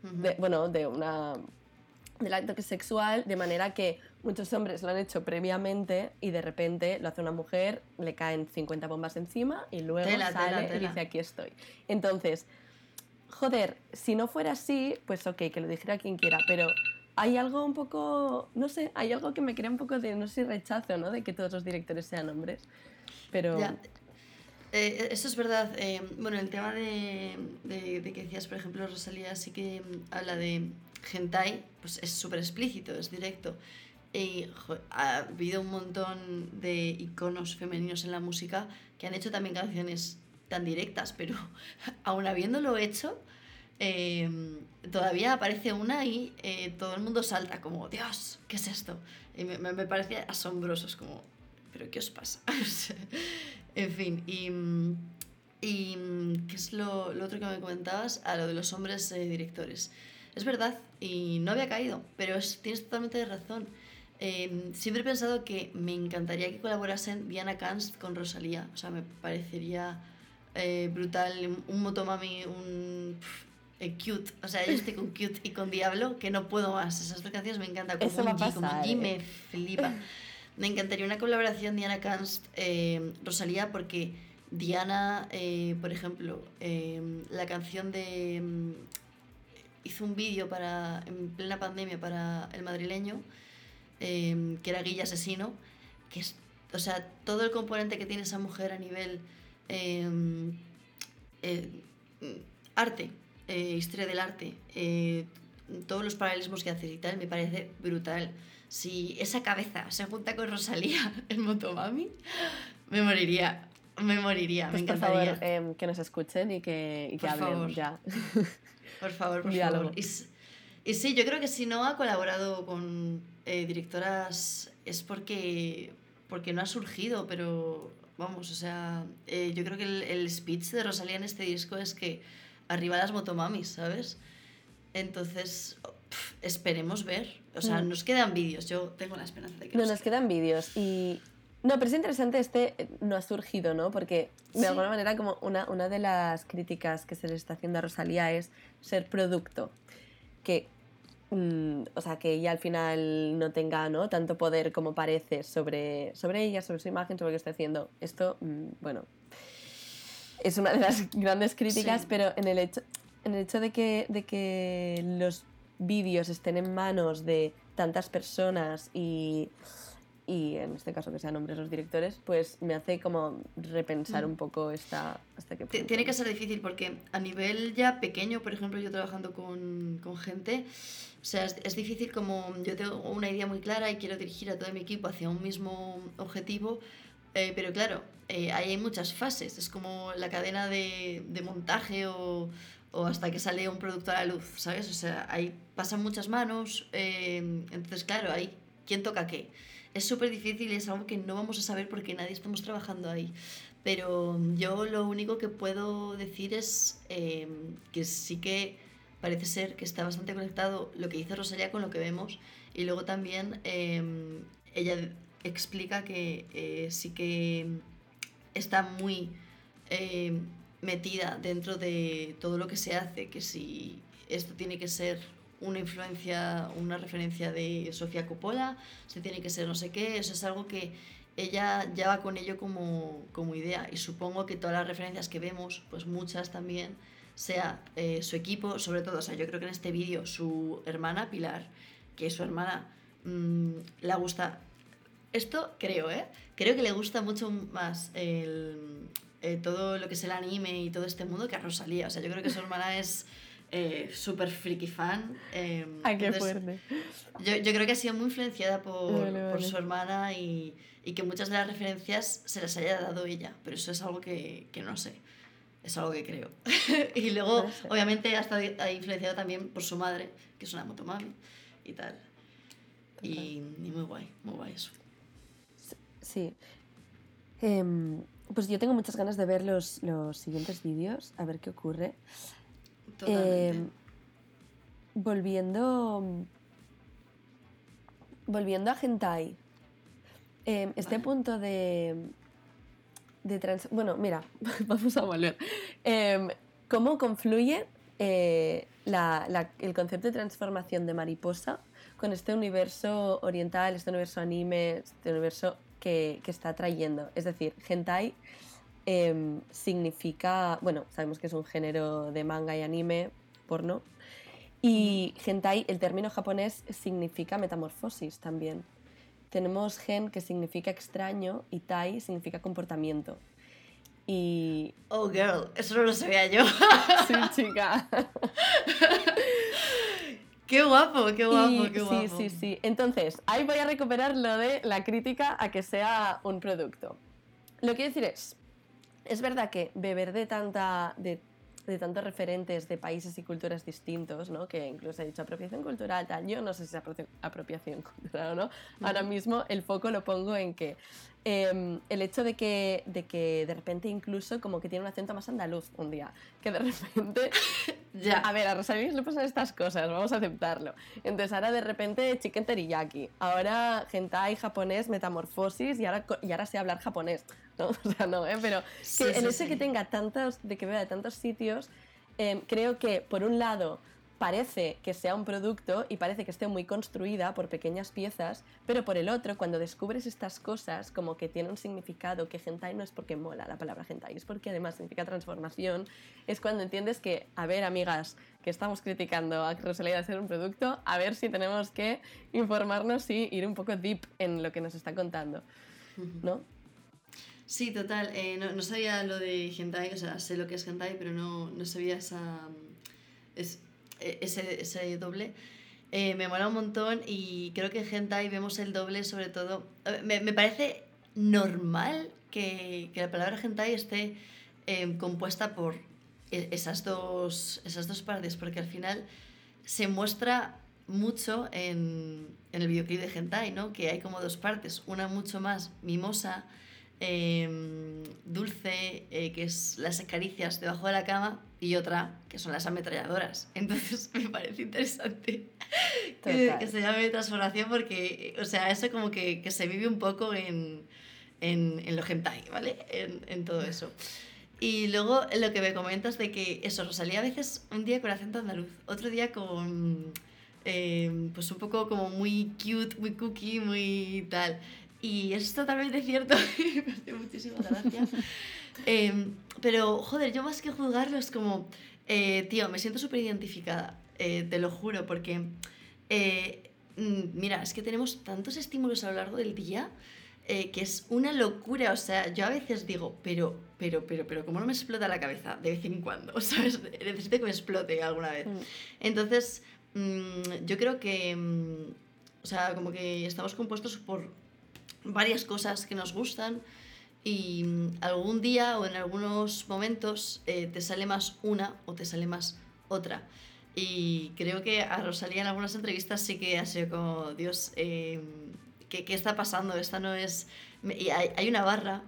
del acto sexual, de manera que muchos hombres lo han hecho previamente y de repente lo hace una mujer, le caen 50 bombas encima y luego sale y dice, aquí estoy. Entonces, joder, si no fuera así, pues ok, que lo dijera quien quiera, pero hay algo un poco, no sé, hay algo que me crea un poco de, no sé, rechazo, ¿no? De que todos los directores sean hombres, pero... Ya. Eso es verdad. Bueno, el tema de que decías, por ejemplo, Rosalía sí que habla de hentai, pues es súper explícito, es directo. Y ha habido un montón de iconos femeninos en la música que han hecho también canciones tan directas, pero aún habiéndolo hecho, todavía aparece una y todo el mundo salta como, Dios, ¿qué es esto? Y me parece asombroso, es como, ¿pero qué os pasa? En fin, y ¿qué es lo otro que me comentabas? Lo de los hombres directores. Es verdad, y no había caído, pero tienes totalmente razón. Siempre he pensado que me encantaría que colaborasen Diana Kanst con Rosalía. O sea, me parecería brutal. Un Motomami, Cute. O sea, yo estoy con Cute y con Diablo, que no puedo más. Esas dos canciones me encantan. Eso va a Como pasar, G me flipa. Me encantaría una colaboración Diana Kanst, Rosalía, porque Diana, por ejemplo, la canción de... hizo un vídeo en plena pandemia para El Madrileño, que era Guille Asesino, que es, o sea, todo el componente que tiene esa mujer a nivel eh, eh, arte, historia del arte, todos los paralelismos que hace y tal, me parece brutal. Si esa cabeza se junta con Rosalía en Motomami, me moriría. Me moriría, Pues me por encantaría. favor, que nos escuchen y que Por hablen favor. ya. Por favor, por Diálogo. favor. Y sí, yo creo que si no ha colaborado con directoras es porque no ha surgido, pero vamos, o sea, yo creo que el speech de Rosalía en este disco es que arriba las motomamis, ¿sabes? Entonces, esperemos ver. O sea, nos quedan vídeos, yo tengo la esperanza de que No, nos quedan vídeos y... No, pero es interesante, no ha surgido, ¿no? Porque de Sí. alguna manera como una de las críticas que se le está haciendo a Rosalía es ser producto. Que, o sea, que ella al final no tenga, ¿no?, tanto poder como parece sobre ella, sobre su imagen, sobre lo que está haciendo. Esto, bueno, es una de las grandes críticas, Sí. pero en el hecho de que los vídeos estén en manos de tantas personas y en este caso que sean hombres los directores, pues me hace como repensar un poco hasta qué punto. Tiene que ser difícil porque a nivel ya pequeño, por ejemplo, yo trabajando con gente, o sea, es difícil como yo tengo una idea muy clara y quiero dirigir a todo mi equipo hacia un mismo objetivo, pero claro, ahí hay muchas fases, es como la cadena de montaje o hasta que sale un producto a la luz, ¿sabes? O sea, ahí pasan muchas manos, entonces claro, ahí, ¿quién toca qué? Es súper difícil y es algo que no vamos a saber porque nadie estamos trabajando ahí. Pero yo lo único que puedo decir es que sí que parece ser que está bastante conectado lo que dice Rosalía con lo que vemos. Y luego también ella explica que sí que está muy metida dentro de todo lo que se hace, que si esto tiene que ser una influencia, una referencia de Sofía Coppola, se tiene que ser no sé qué, eso es algo que ella ya va con ello como idea y supongo que todas las referencias que vemos, pues muchas también, sea su equipo, sobre todo, o sea, yo creo que en este vídeo su hermana Pilar, que su hermana le gusta, esto creo, creo que le gusta mucho más todo lo que es el anime y todo este mundo que a Rosalía, o sea, yo creo que su hermana es súper friki fan. ¡Ay, qué fuerte! Yo creo que ha sido muy influenciada por Vale. su hermana y que muchas de las referencias se las haya dado ella, pero eso es algo que no sé, es algo que creo. Y luego, obviamente, ha influenciado también por su madre, que es una motomami y tal. Y muy guay eso. Sí. Pues yo tengo muchas ganas de ver los siguientes vídeos, a ver qué ocurre. Totalmente. Volviendo a Hentai, este punto bueno, mira, vamos a volver. ¿Cómo confluye el concepto de transformación de mariposa con este universo oriental, este universo anime, este universo que está trayendo? Es decir, Hentai significa, bueno, sabemos que es un género de manga y anime, porno, y hentai, el término japonés, significa metamorfosis también. Tenemos gen, que significa extraño, y tai significa comportamiento. Y... Oh, girl, eso no lo sabía yo. Sí, chica. ¡Qué guapo, qué guapo, qué guapo! Sí. Entonces, ahí voy a recuperar lo de la crítica a que sea un producto. Lo que quiero decir es verdad que beber de tantos referentes de países y culturas distintos, ¿no?, que incluso he dicho apropiación cultural, tal, yo no sé si es apropiación cultural o no. Ahora mismo el foco lo pongo en que el hecho de que de repente incluso como que tiene un acento más andaluz un día, que de repente Ya. A ver, a Rosalía le pasan estas cosas, vamos a aceptarlo. Entonces ahora de repente chicken teriyaki, ahora hentai japonés, metamorfosis y ahora sé hablar japonés, ¿no? O sea, no, pero Sí, que el sí, hecho de que sí. tenga de que vea de tantos sitios, creo que por un lado parece que sea un producto y parece que esté muy construida por pequeñas piezas, pero por el otro, cuando descubres estas cosas, como que tiene un significado, que hentai no es porque mola la palabra hentai, es porque además significa transformación, es cuando entiendes que, a ver, amigas, que estamos criticando a Rosalía de hacer un producto, a ver si tenemos que informarnos y ir un poco deep en lo que nos está contando, ¿no? Sí, total. No sabía lo de hentai, o sea, sé lo que es hentai, pero no sabía ese doble. Me mola un montón y creo que en hentai vemos el doble sobre todo. Me parece normal que la palabra hentai esté compuesta por esas dos partes, porque al final se muestra mucho en el videoclip de hentai, ¿no? Que hay como dos partes, una mucho más mimosa, dulce, que es las caricias debajo de la cama, y otra que son las ametralladoras. Entonces me parece interesante que se llame transformación porque, o sea, eso como que se vive un poco en lo hentai, ¿vale? En todo eso. Y luego lo que me comentas de que eso, Rosalía a veces un día con acento andaluz, otro día con pues un poco como muy cute, muy cookie, muy tal. Y es totalmente cierto, me hace muchísima gracia. Pero, joder, yo más que juzgarlo es como, tío, me siento súper identificada, te lo juro, porque, mira, es que tenemos tantos estímulos a lo largo del día que es una locura. O sea, yo a veces digo, pero, ¿cómo no me explota la cabeza de vez en cuando? ¿Sabes? Necesito que me explote alguna vez. Entonces, yo creo que, o sea, como que estamos compuestos por varias cosas que nos gustan y algún día o en algunos momentos te sale más una o te sale más otra. Y creo que a Rosalía en algunas entrevistas sí que ha sido como, Dios, ¿qué está pasando? Esta no es... Y hay una barra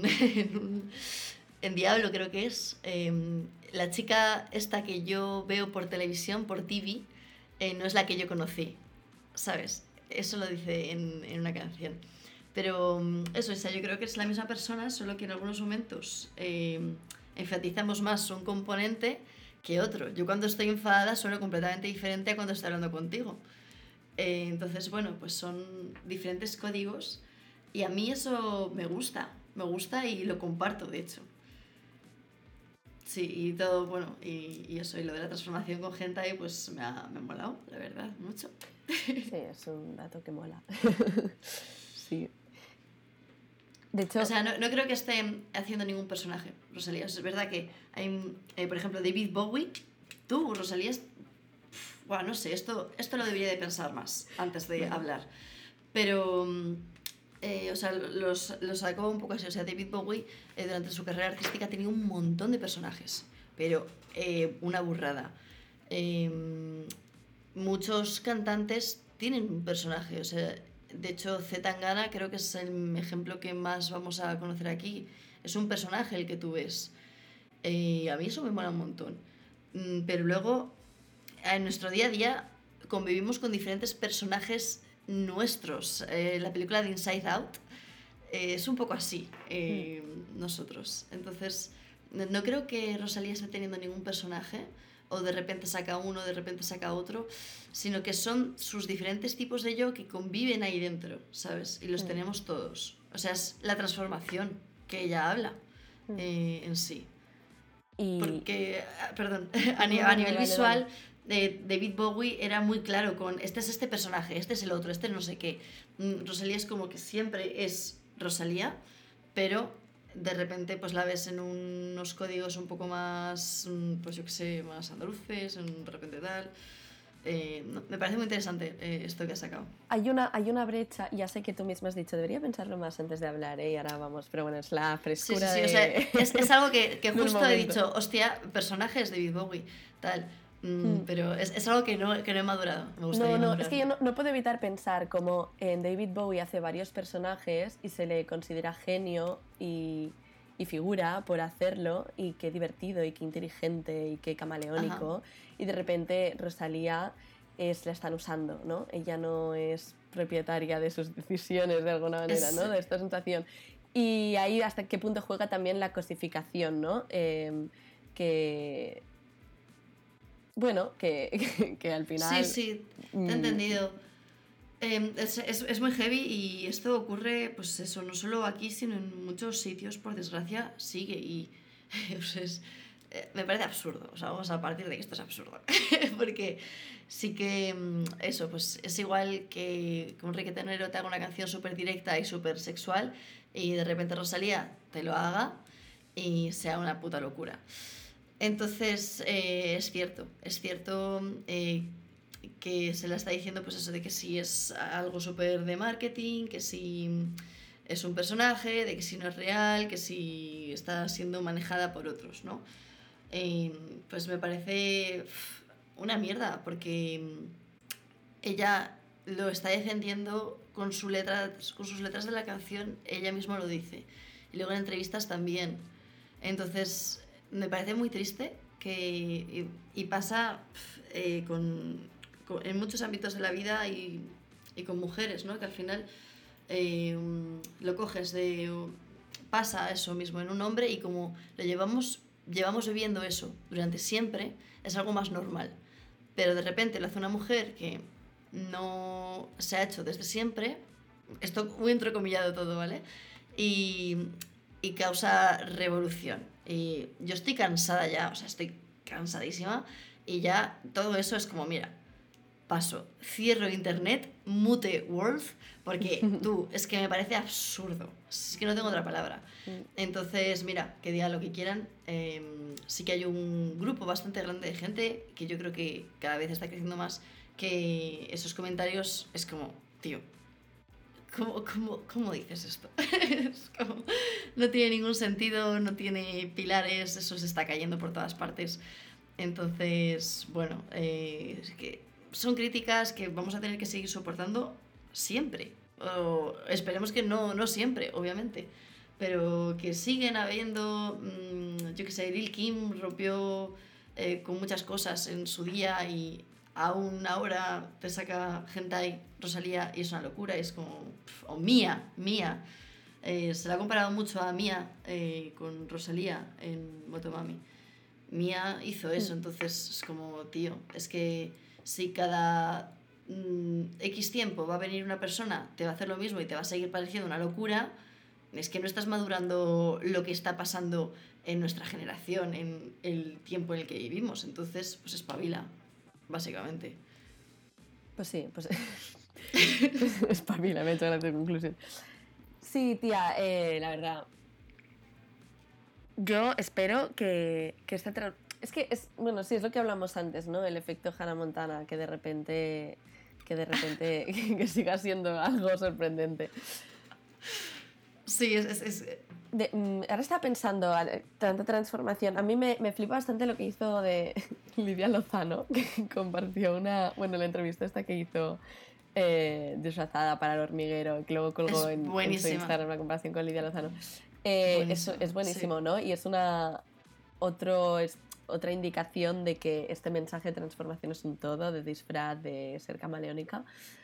en Diablo, creo que es. La chica esta que yo veo por televisión, por TV, no es la que yo conocí, ¿sabes? Eso lo dice en una canción. Pero eso, o sea, yo creo que es la misma persona, solo que en algunos momentos enfatizamos más un componente que otro. Yo cuando estoy enfadada sueno completamente diferente a cuando estoy hablando contigo. Entonces, bueno, pues son diferentes códigos y a mí eso me gusta y lo comparto, de hecho. Sí, y todo, bueno, y eso, y lo de la transformación con hentai, pues me ha molado, la verdad, mucho. Sí, es un dato que mola. Sí. De hecho... O sea, no creo que estén haciendo ningún personaje, Rosalía. Es verdad que hay, por ejemplo, David Bowie. Tú, Rosalía, bueno, no sé, esto lo debería de pensar más antes de hablar. Pero, o sea, los sacó un poco así. O sea, David Bowie, durante su carrera artística, tenía un montón de personajes. Pero una burrada. Muchos cantantes tienen un personaje. O sea, de hecho, C. Tangana creo que es el ejemplo que más vamos a conocer aquí. Es un personaje el que tú ves. A mí eso me mola un montón. Pero luego, en nuestro día a día, convivimos con diferentes personajes nuestros. La película de Inside Out es un poco así, nosotros. Entonces, no creo que Rosalía esté teniendo ningún personaje, o de repente saca uno, de repente saca otro, sino que son sus diferentes tipos de yo que conviven ahí dentro, ¿sabes? Y los tenemos todos. O sea, es la transformación que ella habla en sí. Porque, perdón, a nivel visual, David Bowie era muy claro con este es este personaje, este es el otro, este no sé qué. Rosalía es como que siempre es Rosalía, pero de repente pues la ves en unos códigos un poco más, pues yo qué sé, más andaluces, de repente tal. Me parece muy interesante esto que has sacado. Hay una brecha, ya sé que tú mismo has dicho, debería pensarlo más antes de hablar, y ahora vamos, pero bueno, es la frescura sí, de... o sea, es algo que justo he momento. dicho, hostia, personajes de David Bowie, tal. Pero es algo que no he madurado. Me gustaría madurar. Es que yo no puedo evitar pensar como en David Bowie hace varios personajes y se le considera genio y y figura por hacerlo, y qué divertido y qué inteligente y qué camaleónico. Ajá. Y de repente Rosalía la están usando, ¿no? Ella no es propietaria de sus decisiones de alguna manera, Es, ¿no? De esta sensación. Y ahí hasta qué punto juega también la cosificación, ¿no? Que, bueno, que al sí, final... sí, te he mm, entendido. Es muy heavy y esto ocurre, pues eso, no solo aquí, sino en muchos sitios, por desgracia, sigue y pues me parece absurdo. O sea, vamos a partir de que esto es absurdo. Porque sí que eso, pues es igual que un reggaetonero te haga una canción súper directa y súper sexual y de repente Rosalía te lo haga y sea una puta locura. Entonces, es cierto que se la está diciendo pues eso de que si es algo súper de marketing, que si es un personaje, de que si no es real, que si está siendo manejada por otros, ¿no? Pues me parece una mierda, porque ella lo está defendiendo con sus letras de la canción, ella misma lo dice. Y luego en entrevistas también. Entonces, me parece muy triste y pasa en muchos ámbitos de la vida y con mujeres, ¿no? Que al final lo coges pasa eso mismo en un hombre y como lo llevamos viviendo eso durante siempre, es algo más normal. Pero de repente lo hace una mujer que no se ha hecho desde siempre, esto muy entrecomillado todo, ¿vale? Y, y causa revolución. Y yo estoy cansada ya, o sea, estoy cansadísima y ya todo eso es como, mira, paso, cierro internet, mute world, porque tú, es que me parece absurdo, es que no tengo otra palabra. Entonces, mira, que digan lo que quieran, sí que hay un grupo bastante grande de gente que yo creo que cada vez está creciendo más, que esos comentarios es como, tío, ¿cómo dices esto? Es como, no tiene ningún sentido, no tiene pilares, eso se está cayendo por todas partes. Entonces, bueno, es que son críticas que vamos a tener que seguir soportando siempre. O esperemos que no siempre, obviamente. Pero que siguen habiendo, yo que sé, Lil Kim rompió con muchas cosas en su día y aún ahora te saca hentai Rosalía y es una locura. Y es como, o Mía. Se la ha comparado mucho a Mía con Rosalía en Motomami. Mía hizo eso, entonces es como, tío, es que si cada X tiempo va a venir una persona, te va a hacer lo mismo y te va a seguir pareciendo una locura, es que no estás madurando lo que está pasando en nuestra generación, en el tiempo en el que vivimos. Entonces, pues espabila, básicamente. Pues sí, pues espabila, me he hecho gracia conclusión. Sí, tía, la verdad. Yo espero que esta... Es que, bueno, sí, es lo que hablamos antes, ¿no? El efecto Hannah Montana, que de repente que siga siendo algo sorprendente. Sí, Ahora estaba pensando, tanta transformación. A mí me flipa bastante lo que hizo de Lidia Lozano, que compartió la entrevista esta que hizo disfrazada para El Hormiguero, que luego colgó en su Instagram una comparación con Lidia Lozano. Eso es buenísimo, sí. ¿No? Y es otra indicación de que este mensaje de transformación es un todo, de disfraz, de ser camaleónica.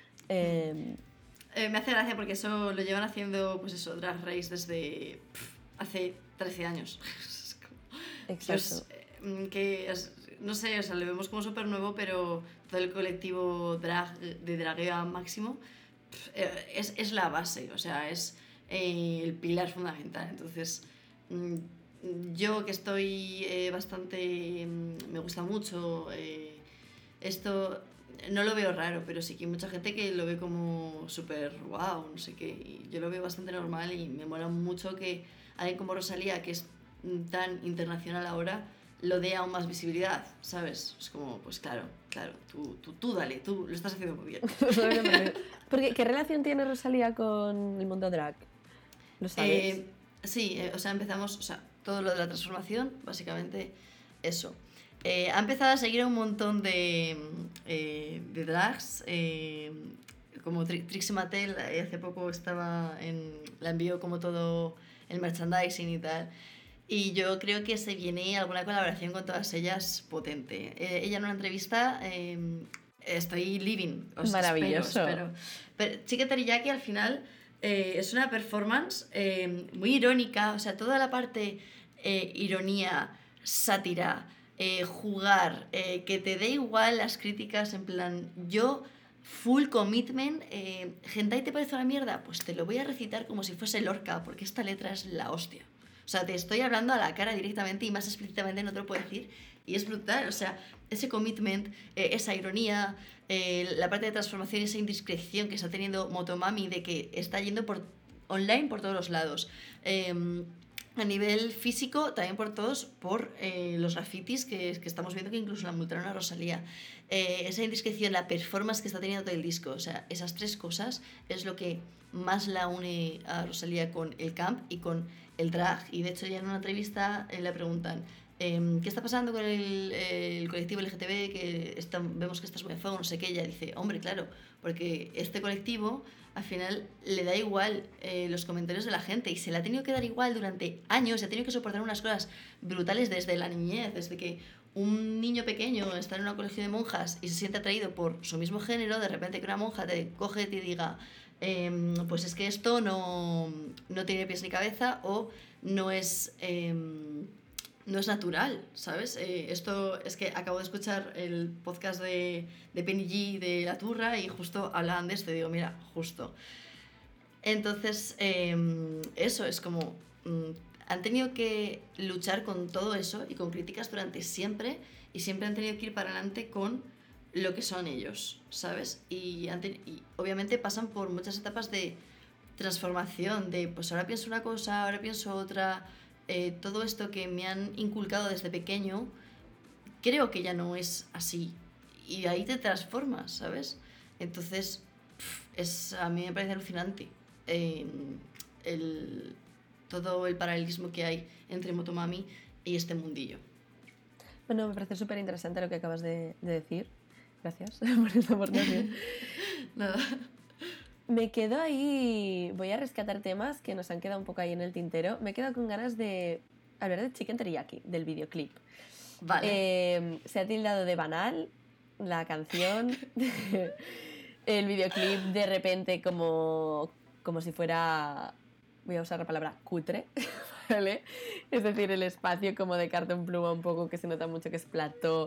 Me hace gracia porque eso lo llevan haciendo, pues eso, Drag Race desde hace 13 años. Exacto. No sé, o sea, lo vemos como súper nuevo, pero todo el colectivo de dragueo máximo es la base, o sea, es el pilar fundamental. Entonces, yo que estoy bastante... me gusta mucho esto... No lo veo raro, pero sí que hay mucha gente que lo ve como súper wow, no sé qué. Y yo lo veo bastante normal y me mola mucho que alguien como Rosalía, que es tan internacional ahora, lo dé aún más visibilidad, ¿sabes? Es como, pues claro, tú dale, tú lo estás haciendo muy bien. Porque, ¿qué relación tiene Rosalía con el mundo drag? ¿Lo sabes? Sí, o sea, empezamos, o sea, todo lo de la transformación, básicamente eso. Ha empezado a seguir a un montón de drags, como Trixie Mattel, hace poco la envió como todo el merchandising y tal. Y yo creo que se viene alguna colaboración con todas ellas potente. Ella en una entrevista, estoy living, Maravilloso. espero. Pero Chicken Teriyaki al final es una performance muy irónica, o sea, toda la parte ironía, sátira, jugar, que te dé igual las críticas, en plan, yo full commitment, hentai te parece una mierda, pues te lo voy a recitar como si fuese Lorca, porque esta letra es la hostia. O sea, te estoy hablando a la cara directamente y más explícitamente no te lo puedo decir. Y es brutal, o sea, ese commitment, esa ironía, la parte de transformación, esa indiscreción que está teniendo Motomami de que está yendo online por todos los lados. A nivel físico, también por todos, por los grafitis que estamos viendo que incluso la multaron a Rosalía. Esa indiscreción, la performance que está teniendo todo el disco, o sea, esas tres cosas es lo que más la une a Rosalía con el camp y con el drag. Y de hecho ya en una entrevista le preguntan ¿qué está pasando con el colectivo LGTB? Que vemos que estás muy a fuego, no sé qué. Ella dice, hombre, claro, porque este colectivo al final le da igual los comentarios de la gente y se le ha tenido que dar igual durante años, se ha tenido que soportar unas cosas brutales desde la niñez, desde que un niño pequeño está en una colegio de monjas y se siente atraído por su mismo género, de repente que una monja te coge y te diga pues es que esto no tiene pies ni cabeza o no es natural, ¿sabes? Esto es que acabo de escuchar el podcast de Penny G de La Turra y justo hablaban de esto y digo, mira, justo. Entonces, eso es como... han tenido que luchar con todo eso y con críticas durante siempre y siempre han tenido que ir para adelante con lo que son ellos, ¿sabes? Y obviamente pasan por muchas etapas de transformación, de pues ahora pienso una cosa, ahora pienso otra... todo esto que me han inculcado desde pequeño, creo que ya no es así. Y de ahí te transformas, ¿sabes? Entonces, a mí me parece alucinante todo el paralelismo que hay entre Motomami y este mundillo. Bueno, me parece súper interesante lo que acabas de decir. Gracias por esta aportación. Nada. Me quedo ahí, voy a rescatar temas que nos han quedado un poco ahí en el tintero. Me he quedado con ganas de hablar de Chicken Teriyaki, del videoclip. Vale. Se ha tildado de banal la canción, el videoclip de repente como si fuera, voy a usar la palabra cutre, ¿vale? Es decir, el espacio como de cartón pluma un poco que se nota mucho que es plató.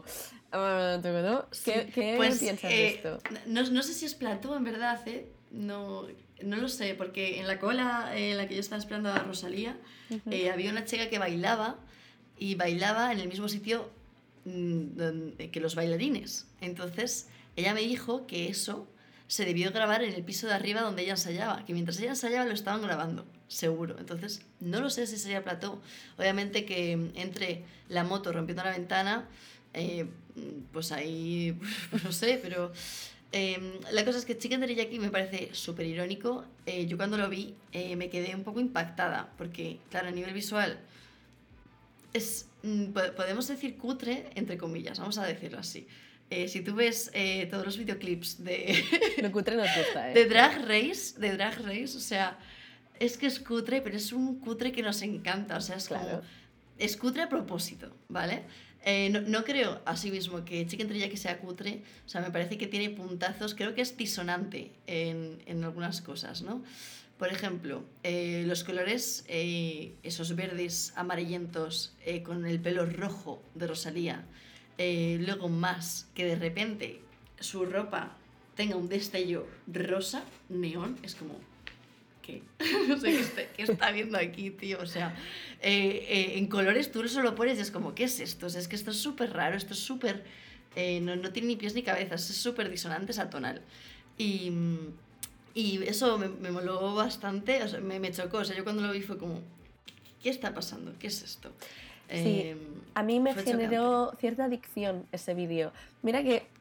¿Qué pues, piensas de esto? No sé si es plató en verdad, No lo sé, porque en la cola en la que yo estaba esperando a Rosalía, había una chica que bailaba y bailaba en el mismo sitio que los bailarines. Entonces, ella me dijo que eso se debió grabar en el piso de arriba donde ella ensayaba, que mientras ella ensayaba lo estaban grabando, seguro. Entonces, no lo sé si sería plató. Obviamente que entre la moto rompiendo la ventana, pues ahí, pues no sé, pero... la cosa es que Chicken Teriyaki me parece súper irónico. Yo cuando lo vi me quedé un poco impactada porque, claro, a nivel visual es, podemos decir cutre, entre comillas, vamos a decirlo así. Si tú ves todos los videoclips de... Lo cutre nos gusta, de Drag Race, o sea, es que es cutre, pero es un cutre que nos encanta, o sea, es claro. como... Es cutre a propósito, ¿vale? No creo, así mismo, que Chicken Teriyaki sea cutre. O sea, me parece que tiene puntazos. Creo que es disonante en algunas cosas, ¿no? Por ejemplo, los colores, esos verdes amarillentos con el pelo rojo de Rosalía. Luego más, que de repente su ropa tenga un destello rosa, neón, es como... ¿Qué? No sé qué está viendo aquí, tío. O sea, en colores tú solo pones y es como, ¿qué es esto? O sea, es que esto es súper raro, esto es súper... no tiene ni pies ni cabezas, es súper disonante, es atonal. Y eso me moló bastante, o sea, me chocó. O sea, yo cuando lo vi fue como, ¿qué está pasando? ¿Qué es esto? Sí, a mí me generó cierta adicción ese vídeo. Mira que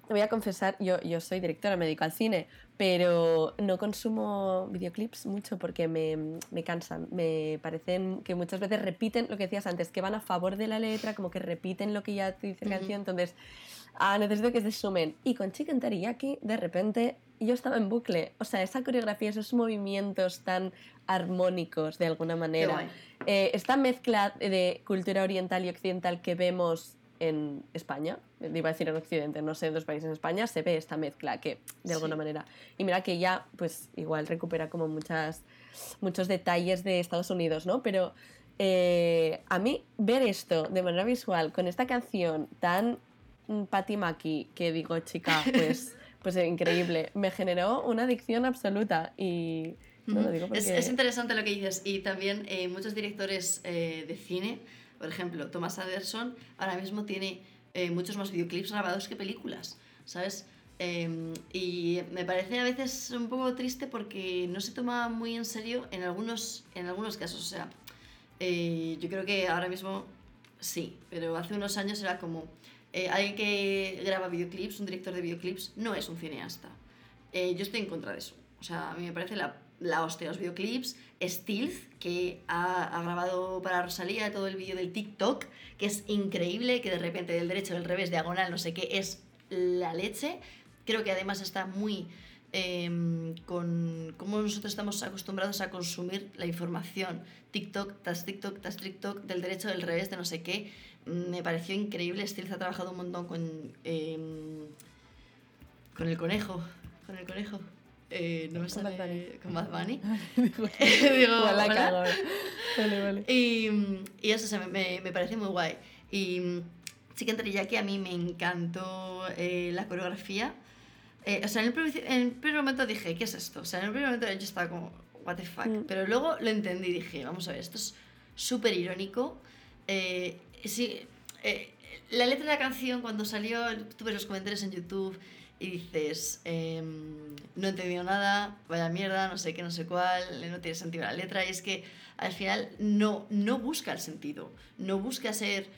voy a confesar, yo soy directora, me dedico al cine, pero no consumo videoclips mucho porque me cansan. Me parecen que muchas veces repiten lo que decías antes, que van a favor de la letra, como que repiten lo que ya te dice la canción, entonces necesito que se sumen. Y con Chicken Teriyaki, de repente, yo estaba en bucle. O sea, esa coreografía, esos movimientos tan armónicos de alguna manera, esta mezcla de cultura oriental y occidental que vemos en España, iba a decir en Occidente, no sé, en dos países en España, se ve esta mezcla que de alguna manera. Y mira que ya, pues igual recupera como muchos detalles de Estados Unidos, ¿no? Pero a mí ver esto de manera visual con esta canción tan Patti Maki, que digo, chica, pues increíble, me generó una adicción absoluta y no lo digo porque... Es interesante lo que dices y también muchos directores de cine, por ejemplo, Thomas Anderson ahora mismo tiene muchos más videoclips grabados que películas, ¿sabes? Y me parece a veces un poco triste porque no se toma muy en serio en algunos casos, o sea, yo creo que ahora mismo sí, pero hace unos años era como alguien que graba videoclips, un director de videoclips, no es un cineasta. Yo estoy en contra de eso, o sea, a mí me parece la hostia, los videoclips. Stealth, que ha grabado para Rosalía todo el vídeo del TikTok, que es increíble, que de repente del derecho, del revés, diagonal, no sé qué, es la leche. Creo que además está muy con cómo nosotros estamos acostumbrados a consumir la información. TikTok, tras TikTok, tras TikTok, del derecho, del revés, de no sé qué. Me pareció increíble. Stealth ha trabajado un montón con el conejo. Con el conejo. No me sale con Bad Bunny. Digo, la cago. Vale. Y eso, o sea, me parece muy guay. Y Chicken Teriyaki a mí me encantó la coreografía. O sea, en el primer momento dije, ¿qué es esto? O sea, en el primer momento yo estaba como, what the fuck. Pero luego lo entendí y dije, vamos a ver, esto es súper irónico. Sí, la letra de la canción, cuando salió, tú ves los comentarios en YouTube y dices, no he entendido nada, vaya mierda, no sé qué, no sé cuál, no tiene sentido la letra. Y es que al final no busca el sentido, no busca ser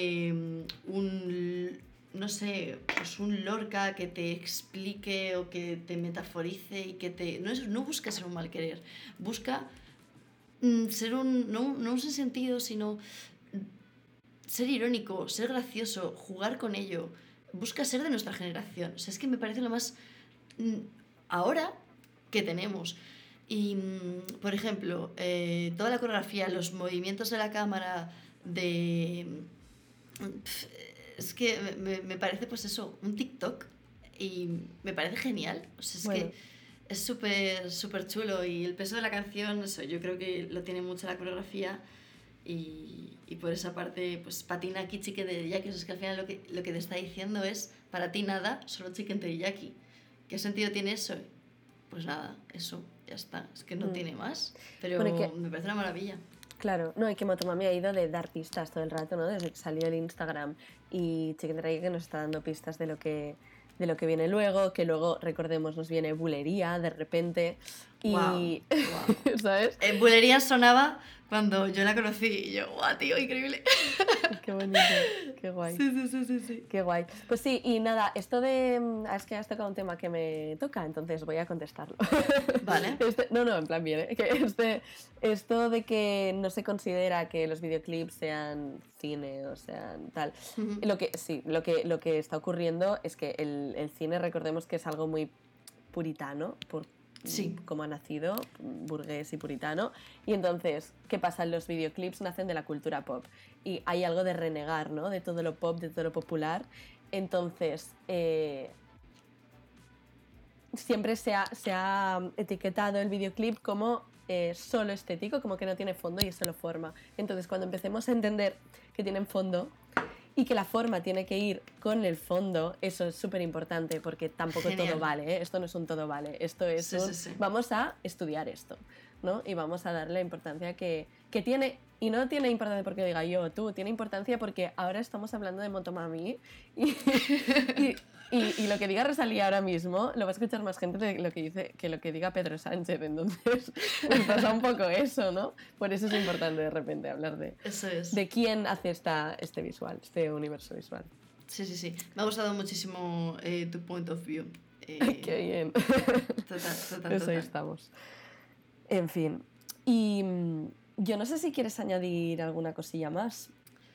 no sé, pues un Lorca que te explique o que te metaforice y que te... No busca ser un mal querer, busca ser no un sinsentido, sino ser irónico, ser gracioso, jugar con ello. Busca ser de nuestra generación. O sea, es que me parece lo más ahora que tenemos. Y, por ejemplo, toda la coreografía, los movimientos de la cámara, es que me parece, pues eso, un TikTok. Y me parece genial. O sea, es que es súper chulo. Y el peso de la canción, eso, yo creo que lo tiene mucho la coreografía. Y por esa parte, pues patina aquí Chicken Teriyaki. Es que al final lo que te está diciendo es, para ti nada, solo Chicken Teriyaki. ¿Qué sentido tiene eso? Pues nada, eso, ya está. Es que no tiene más. Pero me parece una maravilla. Claro, no, y que Motomami ha ido de dar pistas todo el rato, ¿no? Desde que salió el Instagram y Chicken Teriyaki nos está dando pistas de lo que viene luego, que luego, recordemos, nos viene Bulería de repente y... Wow. ¿Sabes? Bulería sonaba cuando yo la conocí y yo, ¡guau, tío, increíble! Qué bonito, qué guay. Sí. Qué guay. Pues sí, y nada, esto de... Es que has tocado un tema que me toca, entonces voy a contestarlo. Vale. No, en plan bien, ¿eh? Que esto de que no se considera que los videoclips sean cine o sean tal. Uh-huh. Lo que está ocurriendo es que el cine, recordemos que es algo muy puritano, sí, como ha nacido, burgués y puritano, y entonces, ¿qué pasa? Los videoclips nacen de la cultura pop y hay algo de renegar, ¿no? De todo lo pop, de todo lo popular. Entonces, siempre se ha etiquetado el videoclip como solo estético, como que no tiene fondo y es solo forma. Entonces, cuando empecemos a entender que tienen fondo y que la forma tiene que ir con el fondo, eso es súper importante porque tampoco Genial. todo vale, ¿eh? Esto no es un todo vale, esto es sí. Vamos a estudiar esto, ¿no? Y vamos a darle la importancia que tiene, y no tiene importancia porque diga yo, tú, tiene importancia porque ahora estamos hablando de Motomami y lo que diga Rosalía ahora mismo lo va a escuchar más gente de lo que diga Pedro Sánchez, entonces nos pasa un poco eso, ¿no? Por eso es importante de repente hablar eso es. de quién hace este visual, este universo visual. Sí. Me ha gustado muchísimo tu point of view. Qué bien. Total. Eso ahí estamos. En fin. Y yo no sé si quieres añadir alguna cosilla más.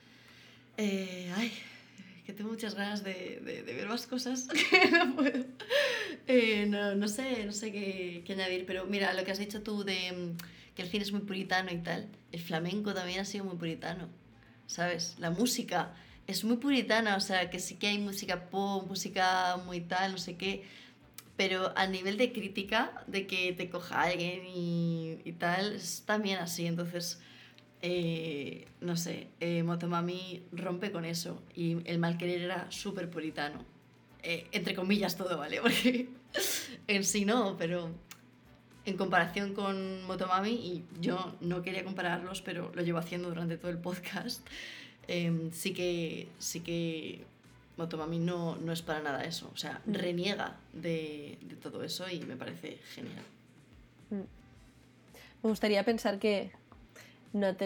Que tengo muchas ganas de ver más cosas. No puedo. No sé qué añadir, pero mira, lo que has dicho tú de que el cine es muy puritano y tal, el flamenco también ha sido muy puritano, ¿sabes? La música es muy puritana, o sea, que sí que hay música pop, música muy tal, no sé qué, pero a nivel de crítica, de que te coja alguien y tal, es también así, entonces... no sé, Motomami rompe con eso y el malquerer era súper puritano. Entre comillas todo, ¿vale? Porque en sí no, pero en comparación con Motomami, y yo no quería compararlos, pero lo llevo haciendo durante todo el podcast, sí que Motomami no es para nada eso. O sea, reniega de todo eso y me parece genial. Me gustaría pensar que no ha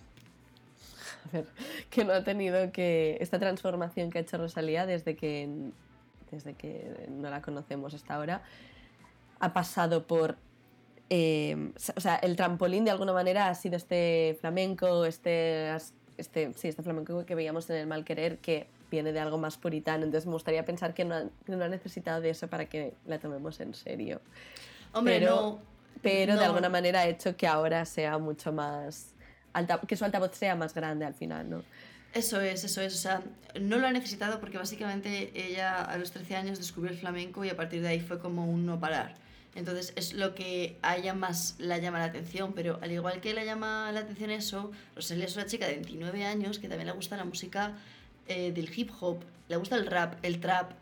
tenido que esta transformación que ha hecho Rosalía desde que no la conocemos hasta ahora ha pasado por o sea, el trampolín de alguna manera ha sido este flamenco, este flamenco que veíamos en el Malquerer, que viene de algo más puritano. Entonces me gustaría pensar que no ha necesitado de eso para que la tomemos en serio. Hombre, pero de alguna manera ha hecho que ahora sea mucho más... que su altavoz sea más grande al final, ¿no? Eso es. O sea, no lo ha necesitado porque básicamente ella a los 13 años descubrió el flamenco y a partir de ahí fue como un no parar. Entonces es lo que a ella más la llama la atención, pero al igual que le llama la atención eso, Rosalía es una chica de 29 años que también le gusta la música del hip hop, le gusta el rap, el trap,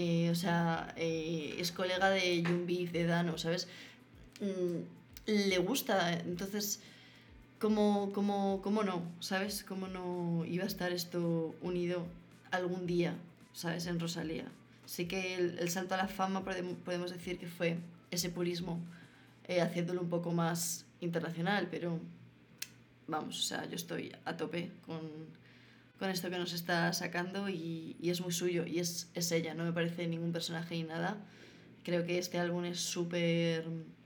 es colega de Junbeef, de Dano, ¿sabes? Le gusta, entonces... ¿Cómo no? ¿Sabes? ¿Cómo no iba a estar esto unido algún día, ¿sabes? En Rosalía. Sí que el salto a la fama podemos decir que fue ese purismo, haciéndolo un poco más internacional, pero vamos, o sea, yo estoy a tope con esto que nos está sacando y es muy suyo y es ella, no me parece ningún personaje ni nada. Creo que este álbum es súper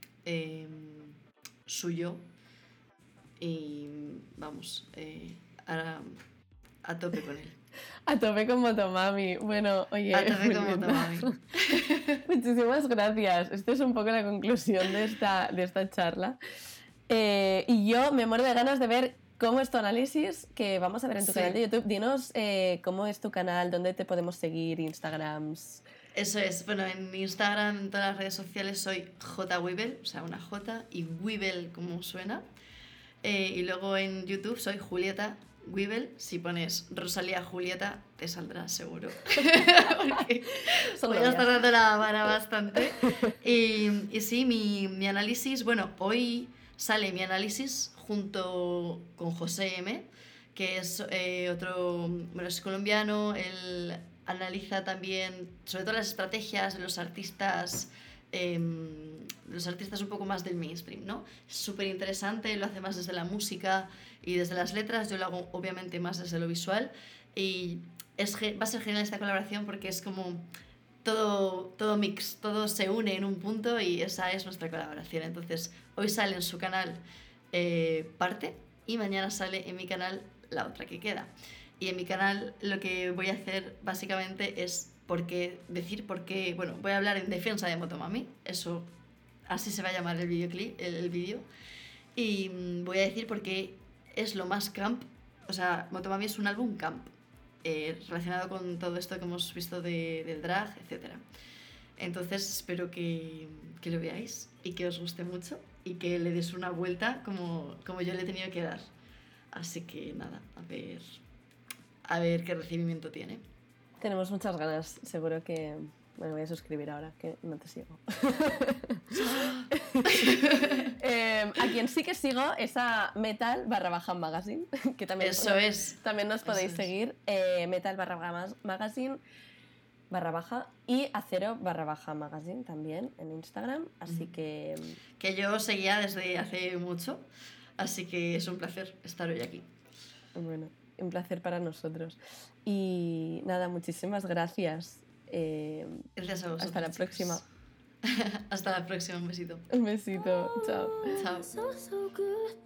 suyo. Y vamos, ahora a tope con él. A tope con Motomami. Bueno, oye... A tope con Motomami. Muchísimas gracias. Esta es un poco la conclusión de esta charla. Y yo me muero de ganas de ver cómo es tu análisis, que vamos a ver en tu canal de YouTube. Dinos cómo es tu canal, dónde te podemos seguir, Instagrams... Eso es, bueno, en Instagram, en todas las redes sociales soy jweibel, o sea, una J y Weibel como suena. Y luego en YouTube soy Julieta Weibel. Si pones Rosalía Julieta, te saldrá seguro. Porque voy a estar dando la vara bastante. Y sí, mi análisis, bueno, hoy sale mi análisis junto con José M, que es otro, bueno, es colombiano, él analiza también, sobre todo las estrategias de los artistas un poco más del mainstream, ¿no? Es súper interesante, lo hace más desde la música y desde las letras, yo lo hago obviamente más desde lo visual y va a ser genial esta colaboración porque es como todo mix, todo se une en un punto y esa es nuestra colaboración. Entonces, hoy sale en su canal parte y mañana sale en mi canal la otra que queda. Y en mi canal lo que voy a hacer básicamente es decir por qué, bueno, voy a hablar en defensa de Motomami, eso, así se va a llamar el videoclip, el vídeo, y voy a decir por qué es lo más camp, o sea, Motomami es un álbum camp, relacionado con todo esto que hemos visto del drag, etc. Entonces espero que lo veáis y que os guste mucho y que le des una vuelta como yo le he tenido que dar. Así que nada, a ver qué recibimiento tiene. Tenemos muchas ganas, seguro que... Bueno, voy a suscribir ahora, que no te sigo. A quien sí que sigo es a Metal_Magazine, que también, también nos podéis seguir. Metal_Magazine y Acero_Magazine también en Instagram, así que... Que yo seguía desde hace mucho, así que es un placer estar hoy aquí. Bueno, un placer para nosotros. Y nada, muchísimas gracias. Gracias a vosotros. Hasta la chicos. próxima. Hasta la próxima, un besito. Un besito. Chao. Chao. So good.